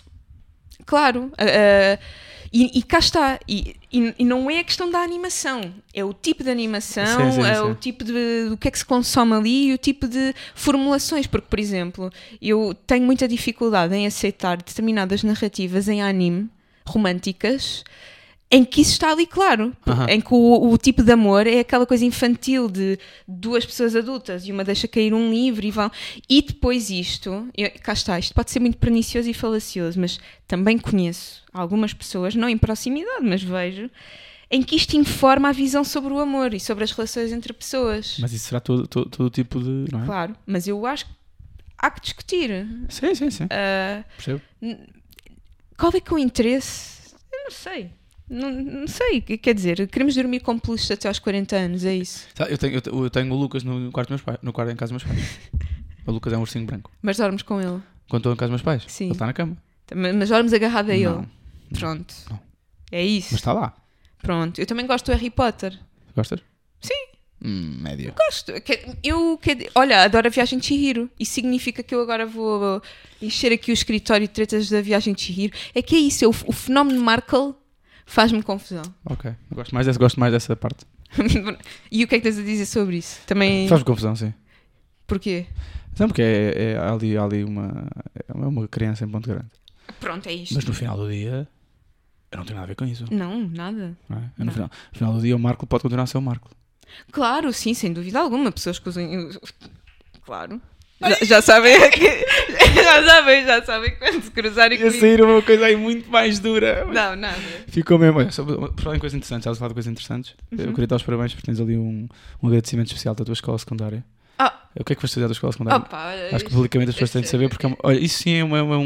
Claro. E cá está. E não é a questão da animação. É o tipo de animação, sim. O tipo do que é que se consome ali e o tipo de formulações. Porque, por exemplo, eu tenho muita dificuldade em aceitar determinadas narrativas em anime românticas em que isso está ali claro. Em que o tipo de amor é aquela coisa infantil de duas pessoas adultas e uma deixa cair um livro e vão... E depois cá está, isto pode ser muito pernicioso e falacioso, mas também conheço algumas pessoas, não em proximidade, mas vejo, em que isto informa a visão sobre o amor e sobre as relações entre pessoas. Mas isso será todo tipo de... Não é? Claro, mas eu acho que há que discutir. Sim. Percebo. Qual é que é o interesse? Eu não sei. Não sei, quer dizer, queremos dormir com peluche até aos 40 anos, é isso? Eu tenho o Lucas no quarto dos meus pais, no quarto em casa dos meus pais. O Lucas é um ursinho branco. Mas dormes com ele? Quando estou em casa dos meus pais? Sim. Ele está na cama. Mas dormes agarrado a ele. Não. Pronto. Não. É isso. Mas está lá. Pronto. Eu também gosto do Harry Potter. Gostas? Sim. Médio. Gosto. Olha, adoro a Viagem de Chihiro. Isso significa que eu agora vou encher aqui o escritório de tretas da Viagem de Chihiro. É que é isso. O fenómeno Markle faz-me confusão. Ok. Gosto mais dessa parte. E o que é que tens a dizer sobre isso? Também... Faz-me confusão, sim. Porquê? Não, porque há ali uma criança em ponto grande. Pronto, é isto. Mas no final do dia, eu não tenho nada a ver com isso. Não, nada. Não é? Não. No final do dia, o Marco pode continuar a ser o Marco. Claro, sim, sem dúvida alguma. Pessoas que usam... Claro. Já sabem já sabem quando se cruzarem Ia sair uma coisa aí muito mais dura. Não, nada. Ficou mesmo. Olha, por falar em coisas interessantes, já falar de coisas interessantes. Eu queria dar os parabéns porque tens ali um agradecimento especial da tua escola secundária. O que é que foste fazer da tua escola secundária? Opa, Acho que publicamente as pessoas têm de saber porque olha, isso sim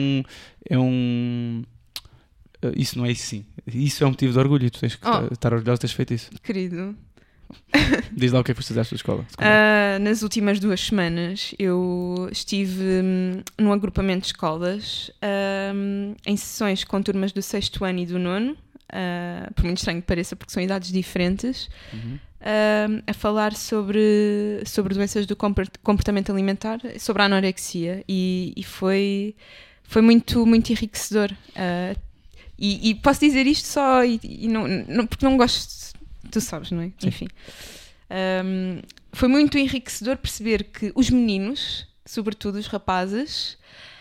isso não é isso sim. Isso é um motivo de orgulho e tu tens que estar orgulhoso de teres feito isso. Querido. Diz lá o que é que foste fazer à tua escola. Nas últimas 2 semanas eu estive num agrupamento de escolas em sessões com turmas do 6º ano e do 9º, por muito estranho que pareça porque são idades diferentes, a falar sobre doenças do comportamento alimentar, sobre a anorexia e foi muito, muito enriquecedor. E posso dizer isto só não, porque não gosto. Tu sabes, não é? Sim. Enfim. Foi muito enriquecedor perceber que os meninos, sobretudo os rapazes,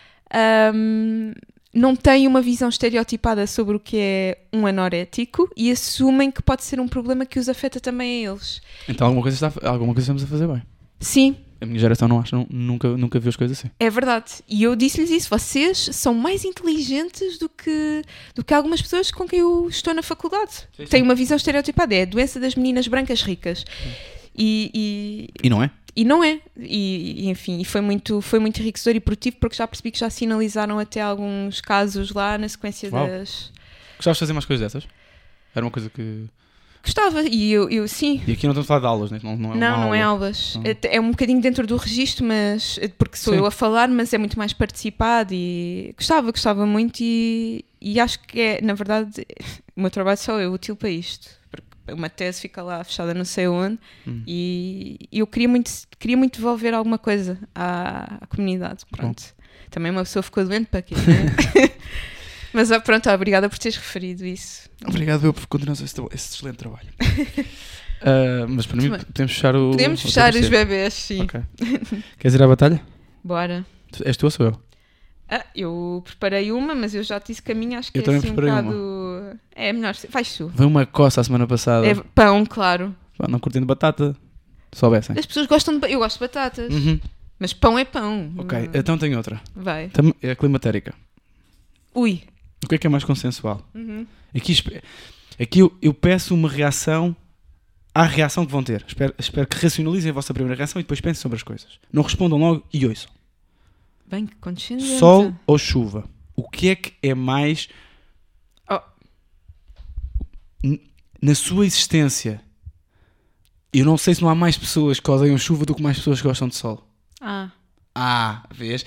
não têm uma visão estereotipada sobre o que é um anorético e assumem que pode ser um problema que os afeta também a eles. Então alguma coisa estamos a fazer bem. Sim. A minha geração nunca viu as coisas assim. É verdade. E eu disse-lhes isso. Vocês são mais inteligentes do que algumas pessoas com quem eu estou na faculdade. Sim. Têm uma visão estereotipada. É a doença das meninas brancas ricas. E não é? E não é. E enfim, foi muito enriquecedor e produtivo porque já percebi que já sinalizaram até alguns casos lá na sequência das... Gostavas de fazer mais coisas dessas? Era uma coisa que... Gostava, e eu sim. E aqui não estamos a falar de aulas, né? Não é aulas. É um bocadinho dentro do registro, mas porque sou eu a falar, mas é muito mais participado e gostava muito e acho que é, na verdade, o meu trabalho só é útil para isto. Porque uma tese fica lá fechada não sei onde e eu queria muito devolver alguma coisa à comunidade. Pronto. Também uma pessoa ficou doente para quê, não é? Mas pronto, obrigada por teres referido isso. Obrigado eu por continuar esse excelente trabalho. Mas para mim podemos fechar o... Podemos fechar os bebés, sim. Okay. Queres ir à batalha? Bora. És tu ou sou eu? Eu preparei uma, mas eu já te disse que a minha acho que eu é também assim um bocado... É melhor, vais tu. Veio uma coça a semana passada. É pão, claro. Não curtindo batata, soubessem. As pessoas gostam de... Eu gosto de batatas. Mas pão é pão. Ok, então tenho outra. Vai. É a climatérica. Ui. O que é mais consensual? Aqui eu peço uma reação à reação que vão ter. Espero que racionalizem a vossa primeira reação e depois pensem sobre as coisas. Não respondam logo e ouçam. Bem, que condescendente. Sol ou chuva? O que é mais... Na sua existência, eu não sei se não há mais pessoas que odeiam chuva do que mais pessoas que gostam de sol. Vês?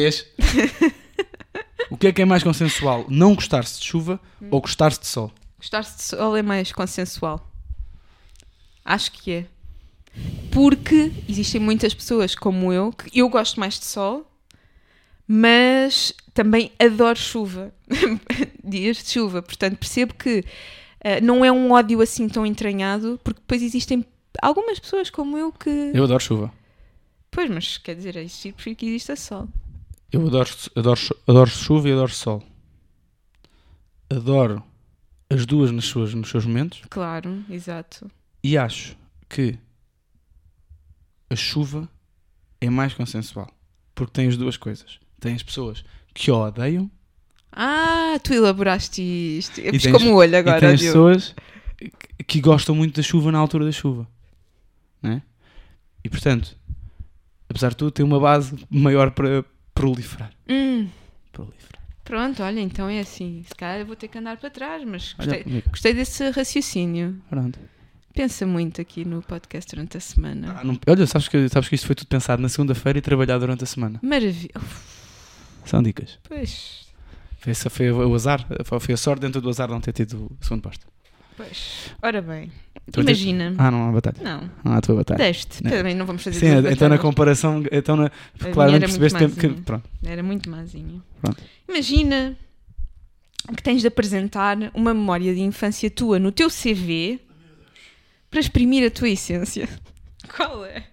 O que é mais consensual? Não gostar-se de chuva ou gostar-se de sol? Gostar-se de sol é mais consensual. Acho que é. Porque existem muitas pessoas como eu, que eu gosto mais de sol, mas também adoro chuva. Dias de chuva. Portanto, percebo que não é um ódio assim tão entranhado, porque depois existem algumas pessoas como eu que... Eu adoro chuva. Pois, mas quer dizer, eu prefiro que exista sol. Eu adoro chuva e adoro sol. Adoro as duas nos seus momentos. Claro, exato. E acho que a chuva é mais consensual. Porque tem as duas coisas. Tem as pessoas que o odeiam. Tu elaboraste isto. Eu pisco-me o olho agora. E tem as pessoas que gostam muito da chuva na altura da chuva. Não é? E portanto, apesar de tudo, tem uma base maior para proliferar. Pronto, olha, então é assim. Se calhar eu vou ter que andar para trás, mas gostei olha, desse raciocínio. Pronto. Pensa muito aqui no podcast durante a semana. Olha, sabes que isto foi tudo pensado na segunda-feira e trabalhado durante a semana. Maravilha. São dicas. Pois. Foi o azar, foi a sorte dentro do azar de não ter tido o segundo posto. Pois, ora bem, Então, imagina. Não há batalha. Não há a tua batalha. Deste, também não vamos fazer Sim, duas então na batalhas. comparação, A claramente minha era percebeste muito que. mazinha. Pronto. Era muito mazinha. Pronto. Imagina que tens de apresentar uma memória de infância tua no teu CV para exprimir a tua essência. Qual é?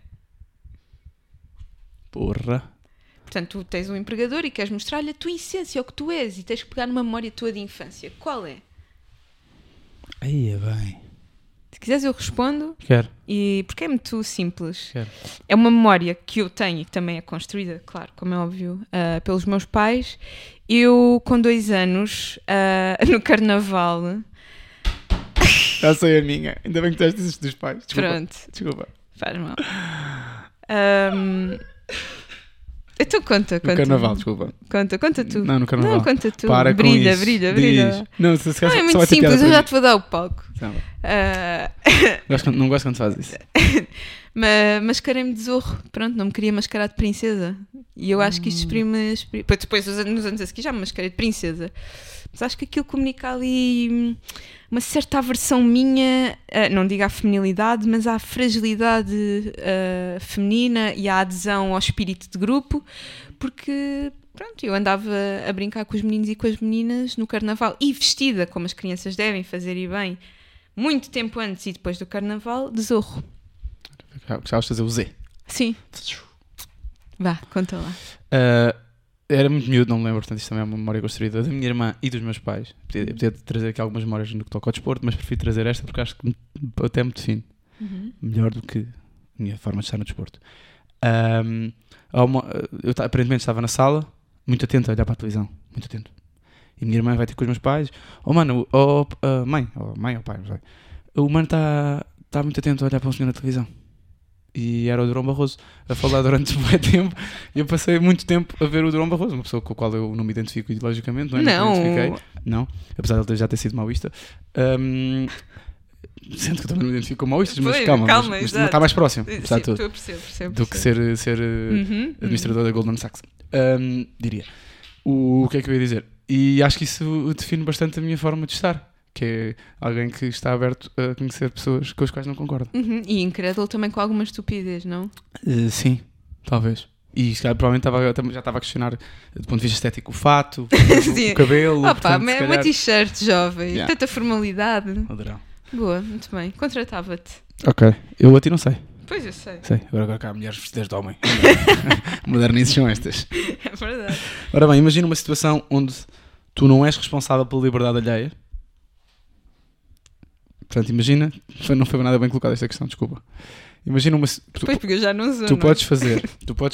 Porra. Portanto, tu tens um empregador e queres mostrar-lhe a tua essência, o que tu és, e tens que pegar numa memória tua de infância. Qual é? Aí é bem. Se quiseres eu respondo, Quero. e porque é muito simples. Quero. É uma memória que eu tenho e que também é construída, claro, como é óbvio, pelos meus pais. Eu, com 2 anos, no Carnaval... Já sei a minha. Ainda bem que tens isso dos pais. Desculpa. Pronto, Desculpa. faz mal. Então conta. No carnaval, desculpa. Conta tu. Não, no carnaval. Não, conta tu. Para brilha, com isso. brilha. Diz. Não, se Não, é muito simples, eu já te vou dar o palco. Não gosto quando fazes isso. Mascarei-me de zorro. Pronto, não me queria mascarar de princesa. E eu acho que isto exprime... Depois, nos anos a seguir, já me mascarei de princesa. Mas acho que aquilo comunica ali uma certa aversão minha, não digo à feminilidade, mas à fragilidade feminina e à adesão ao espírito de grupo, porque... Pronto, eu andava a brincar com os meninos e com as meninas no carnaval e vestida, como as crianças devem fazer e bem, muito tempo antes e depois do carnaval, de zorro. Gostavas de fazer o Z. Sim. Vá, conta lá. Era muito miúdo, não me lembro, portanto isto também é uma memória construída da minha irmã e dos meus pais. Podia trazer aqui algumas memórias no que toca ao desporto, mas prefiro trazer esta porque acho que até me define. Melhor do que a minha forma de estar no desporto. Eu aparentemente estava na sala, muito atento a olhar para a televisão, muito atento. E a minha irmã vai ter com os meus pais. Mãe ou pai, não sei. O mano está muito atento a olhar para um senhor na televisão. E era o Durão Barroso a falar durante muito tempo. E eu passei muito tempo a ver o Durão Barroso, uma pessoa com a qual eu não me identifico ideologicamente, não é? Não. Não me identifiquei, não, apesar de ele já ter sido maoísta. Sendo que eu também não me identifico com maoístas, mas calma, mas está mais próximo, apesar de tudo, percebo. do que ser administrador da Goldman Sachs. Diria. O que é que eu ia dizer? E acho que isso define bastante a minha forma de estar. Que é alguém que está aberto a conhecer pessoas com as quais não concorda. E incrédulo também com alguma estupidez, não? Sim, talvez. E se calhar, provavelmente já estava a questionar do ponto de vista estético o fato, o cabelo. Portanto, é uma t-shirt jovem, tanta formalidade. Adorão. Boa, muito bem. Contratava-te. Ok, eu a ti não sei. Pois eu sei. Agora cá há mulheres vestidas de homem. Modernices são estas. É verdade. Ora bem, imagina uma situação onde tu não és responsável pela liberdade alheia. Portanto, imagina, não foi nada bem colocada esta questão, desculpa. Imagina uma... Pois, porque eu já não sou. Tu podes fazer...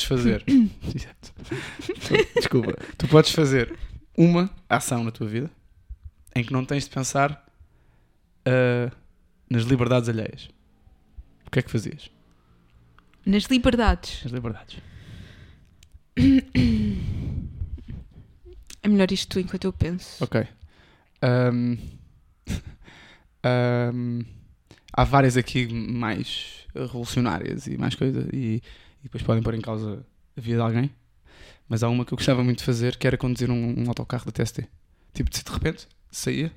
Desculpa. Tu podes fazer uma ação na tua vida em que não tens de pensar nas liberdades alheias. O que é que fazias? Nas liberdades. Nas liberdades. É melhor isto tu enquanto eu penso. Ok. Há várias aqui mais revolucionárias e mais coisas e depois podem pôr em causa a vida de alguém, mas há uma que eu gostava muito de fazer, que era conduzir um autocarro da TST. Tipo, de repente saía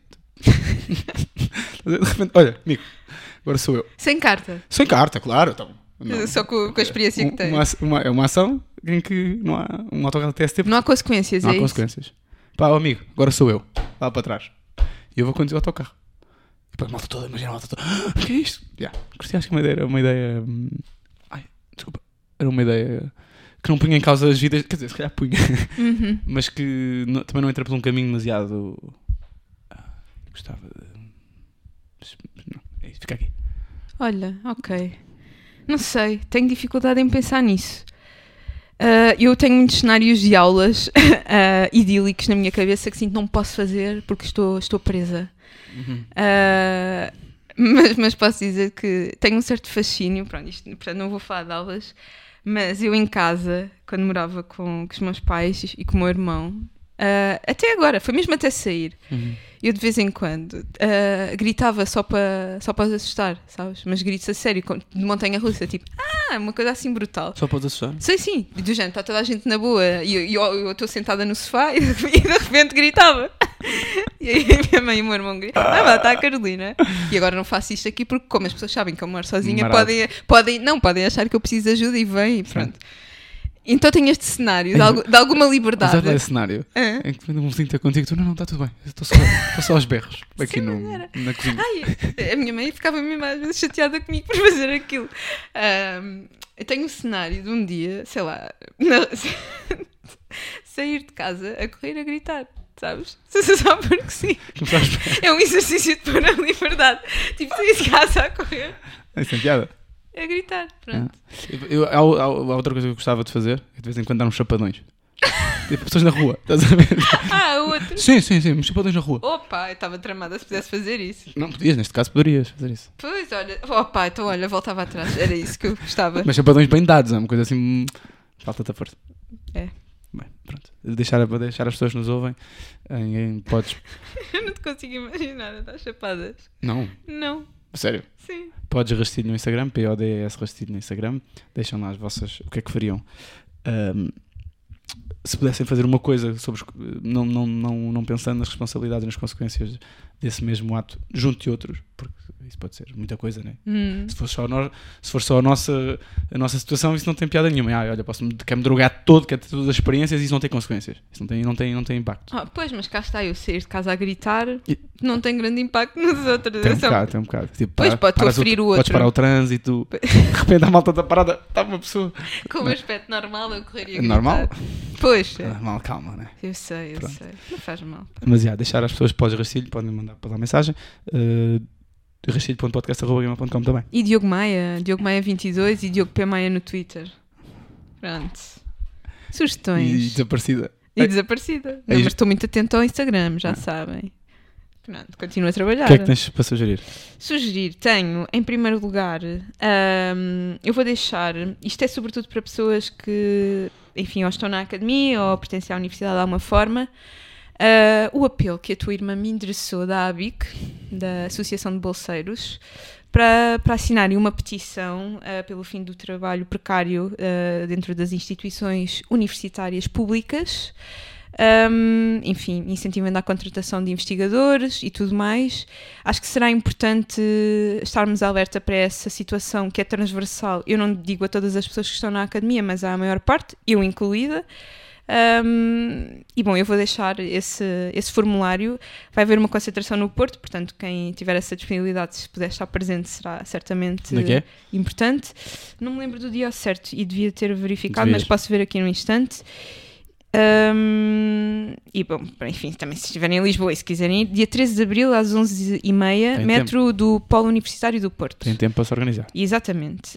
de repente, olha, amigo, agora sou eu. Sem carta? Sem carta, claro, então, não. Só com a experiência que tens. É uma ação em que não há um autocarro da TST. Não há consequências, não há consequências. Pá, amigo, agora sou eu, lá para trás, e eu vou conduzir o autocarro. E depois imagina a malta toda. O que é isto? Gostei, acho que era uma ideia. Era uma ideia que não punha em causa as vidas. Quer dizer, se calhar punha. Mas que também não entra por um caminho demasiado. Gostava de. Não, é isso, fica aqui. Olha, ok. Não sei, tenho dificuldade em pensar nisso. Eu tenho muitos cenários de aulas idílicos na minha cabeça que sinto que não posso fazer porque estou presa. Mas posso dizer que tenho um certo fascínio, portanto não vou falar de aulas, mas eu em casa, quando morava com os meus pais e com o meu irmão, até agora, foi mesmo até sair, eu de vez em quando gritava só para os assustar, sabes? Mas gritos a sério, de montanha-russa, tipo, uma coisa assim brutal. Só podes assustar? Sim, do género, está toda a gente na boa e eu estou sentada no sofá e de repente gritava. E aí a minha mãe e o meu irmão gritam, está a Carolina. E agora não faço isto aqui porque, como as pessoas sabem que eu moro sozinha, podem achar que eu preciso de ajuda e vem e pronto. Então tenho este cenário de alguma liberdade. Mas é esse cenário em que um vizinho está contigo, tu não, está tudo bem, estou só aos berros aqui na cozinha. A minha mãe ficava mesmo às vezes chateada comigo por fazer aquilo. Eu tenho um cenário de um dia, sei lá, sair de casa a correr a gritar. Sabes? Só porque sim. É um exercício de pôr a liberdade. Tipo, sair de casa a correr. É sem piada. A gritar, pronto. Há outra coisa que eu gostava de fazer, é de vez em quando dar uns chapadões. Tipo, pessoas na rua, estás a ver? Outro? Sim, uns chapadões na rua. Opa, eu estava tramada se pudesse fazer isso. Não podias, neste caso poderias fazer isso. Pois, olha, então olha, voltava atrás. Era isso que eu gostava. Mas chapadões bem dados, é uma coisa assim. Falta-te a força. É. Bem, pronto. Para deixar as pessoas que nos ouvem, podes. Eu não te consigo imaginar a dar chapadas. Não? Não. Sério? Sim. Podes rastilho no Instagram, PODS rastilho no Instagram. Deixam lá as vossas. O que é que fariam? Se pudessem fazer uma coisa sobre não pensando nas responsabilidades e nas consequências desse mesmo ato junto de outros, porque isso pode ser muita coisa, né? Se for só a nossa situação, isso não tem piada nenhuma. Olha, quero-me drogar todo, quero ter todas as experiências e isso não tem consequências. Isso não tem impacto. Pois, mas cá está, eu sair de casa a gritar não tem grande impacto nos outros. Tem um bocado. Tipo, pois, pode ferir o outro. Podes parar o trânsito, de repente a malta está parada, está uma pessoa. Com o aspecto normal eu correria a gritar. Normal? Pois. Normal, calma, né? Eu sei. Não faz mal. Mas deixar as pessoas pós-rastilho, podem mandar para lá mensagem. rastilho.podcast@gmail.com também. E Diogo Maia 22 e Diogo P. Maia no Twitter. Pronto. Sugestões. E desaparecida. Não, mas estou muito atento ao Instagram, já sabem. Pronto, continuo a trabalhar. O que é que tens para sugerir? Tenho, em primeiro lugar, eu vou deixar, isto é sobretudo para pessoas que, enfim, ou estão na academia ou pertencem à universidade de alguma forma, o apelo que a tua irmã me endereçou da ABIC, da Associação de Bolseiros, para assinarem uma petição pelo fim do trabalho precário dentro das instituições universitárias públicas, enfim, incentivando a contratação de investigadores e tudo mais. Acho que será importante estarmos alerta para essa situação que é transversal. Eu não digo a todas as pessoas que estão na academia, mas à maior parte, eu incluída. E bom, eu vou deixar esse formulário. Vai haver uma concentração no Porto, portanto quem tiver essa disponibilidade, se puder estar presente, será certamente importante. Não me lembro do dia certo e devia ter verificado, mas posso ver aqui num instante. E bom, enfim, também se estiverem em Lisboa e se quiserem ir, dia 13 de Abril às 11h30, metro do Polo Universitário do Porto. Tem tempo para se organizar. Exatamente.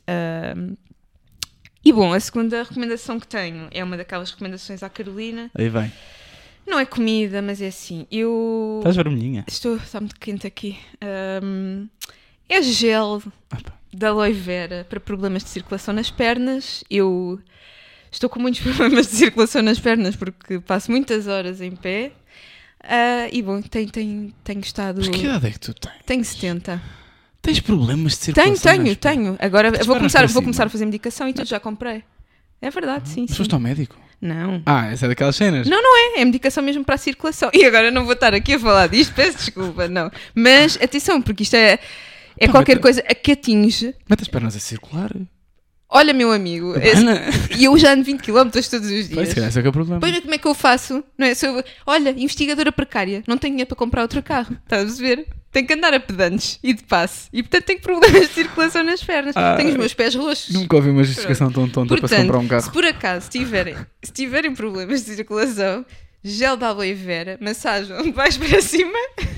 E bom, a segunda recomendação que tenho é uma daquelas recomendações à Carolina. Aí vem. Não é comida, mas é assim. Estás vermelhinha? Está muito quente aqui. É gel da aloe vera para problemas de circulação nas pernas. Eu estou com muitos problemas de circulação nas pernas porque passo muitas horas em pé. E bom, tenho estado... Mas que idade é que tu tens? Tenho 70. Tens problemas de circulação? Tenho. Agora vou começar a fazer medicação e tudo, já comprei. É verdade, sim. Mas foste ao médico? Não. Essa é daquelas cenas? Não é. É medicação mesmo para a circulação. E agora não vou estar aqui a falar disto, peço desculpa, não. Mas atenção, porque isto é qualquer coisa que atinge... Mete as pernas a circular. Olha, meu amigo, e eu já ando 20 km todos os dias. Pois, esse é que é o problema. Pois, como é que eu faço? Não é? Olha, investigadora precária, não tenho dinheiro para comprar outro carro, estás a ver? Tenho que andar a pedantes e de passe. E portanto tenho problemas de circulação nas pernas. Tenho os meus pés roxos. Nunca ouvi uma justificação tão tonta para se comprar um carro. Se por acaso tiverem problemas de circulação, gel de aloe vera, massagem de baixo para cima...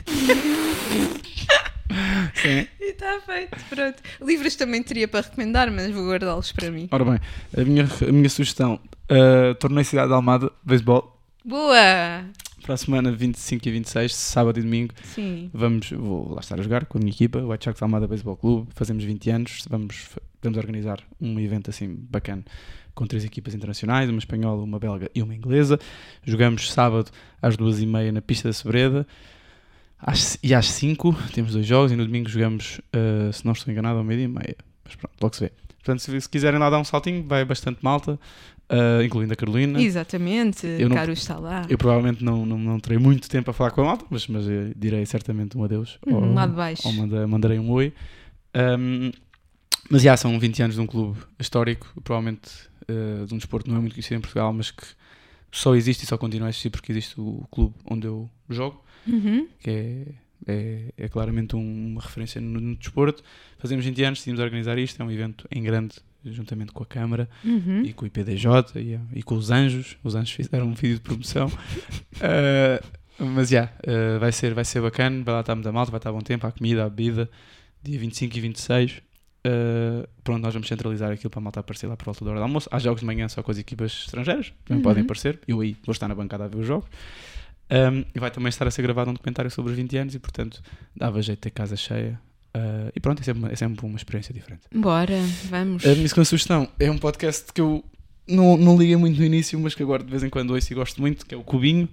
Sim. E está feito, pronto. Livros também teria para recomendar, mas vou guardá-los para mim. Ora bem, a minha sugestão, Torneio Cidade de Almada, beisebol. Boa! Para a semana 25 e 26, sábado e domingo. Sim. Vou lá estar a jogar com a minha equipa, o White Sharks Almada Baseball Clube. Fazemos 20 anos, vamos organizar um evento assim bacana com 3 equipas internacionais, uma espanhola, uma belga e uma inglesa. Jogamos sábado às 2h30 na pista da Sobreda. às 5 temos 2 jogos e no domingo jogamos, se não estou enganado, ao 12:30. Mas pronto, logo se vê. Portanto, se quiserem lá dar um saltinho, vai bastante malta, incluindo a Carolina. Exatamente, Caro está lá. Eu provavelmente não terei muito tempo a falar com a malta, mas eu direi certamente um adeus. Lá de baixo. Ou mandarei um oi. Mas já são 20 anos de um clube histórico, provavelmente de um desporto não é muito conhecido em Portugal, mas que só existe e só continua a existir porque existe o clube onde eu jogo, que é claramente uma referência no desporto. Fazemos 20 anos, decidimos organizar isto, é um evento em grande, juntamente com a Câmara e com o IPDJ e com os Anjos. Os Anjos fizeram um vídeo de promoção. Mas vai ser bacana, vai lá estar muita malta, vai estar bom tempo, há comida, há bebida, dia 25 e 26. Pronto, nós vamos centralizar aquilo para a malta aparecer lá por volta da hora do almoço. Há jogos de manhã só com as equipas estrangeiras, também podem aparecer. Eu aí vou estar na bancada a ver os jogos. E vai também estar a ser gravado um documentário sobre os 20 anos e, portanto, dava jeito de ter casa cheia. E pronto, é sempre uma experiência diferente. Bora, vamos. A minha segunda sugestão é um podcast que eu não liguei muito no início, mas que agora de vez em quando ouço e gosto muito, que é o Cubinho.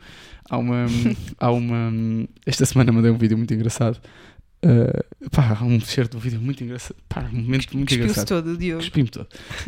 Esta semana mandei um vídeo muito engraçado. Um certo vídeo muito engraçado. Um momento muito engraçado. Todo, o Diogo. Cuspim-me todo.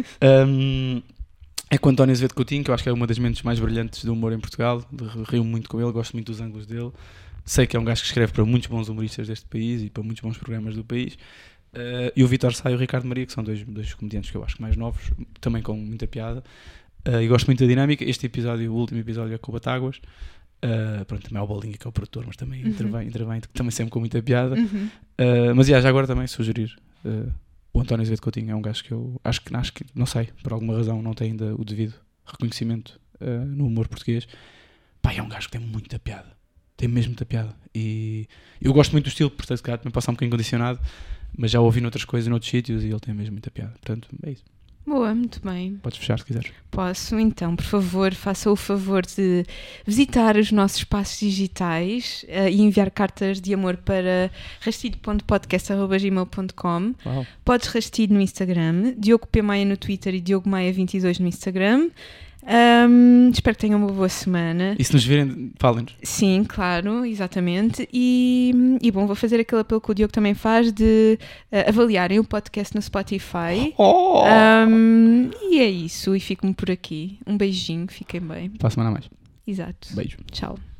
É com o António Azevedo Coutinho, que eu acho que é uma das mentes mais brilhantes do humor em Portugal. Rio muito com ele, gosto muito dos ângulos dele. Sei que é um gajo que escreve para muitos bons humoristas deste país e para muitos bons programas do país. E o Vítor Sá e o Ricardo Maria, que são dois comediantes que eu acho mais novos, também com muita piada. E gosto muito da dinâmica. Este episódio, o último episódio, é com o Batáguas. Pronto, também há o Bolinha, que é o produtor, mas também intervém também sempre com muita piada. Mas já agora também sugerir o António Azevedo Coutinho. É um gajo que eu acho que não sei, por alguma razão não tem ainda o devido reconhecimento no humor português. É um gajo que tem muita piada, tem mesmo muita piada, e eu gosto muito do estilo, portanto também passa um bocadinho condicionado, mas já ouvi noutras coisas, noutros sítios, e ele tem mesmo muita piada, portanto é isso. Boa, muito bem. Podes fechar se quiseres. Posso, então, por favor, faça o favor de visitar os nossos espaços digitais e enviar cartas de amor para rastilho.podcast@gmail.com. Podes rastilho no Instagram, Diogo P. Maia no Twitter e Diogo Maia 22 no Instagram. Espero que tenham uma boa semana. E se nos virem, falem-nos. Sim, claro, exatamente. E bom, vou fazer aquele apelo que o Diogo também faz de avaliarem o podcast no Spotify. E é isso, e fico-me por aqui. Um beijinho, fiquem bem. Para a semana a mais. Exato. Beijo. Tchau.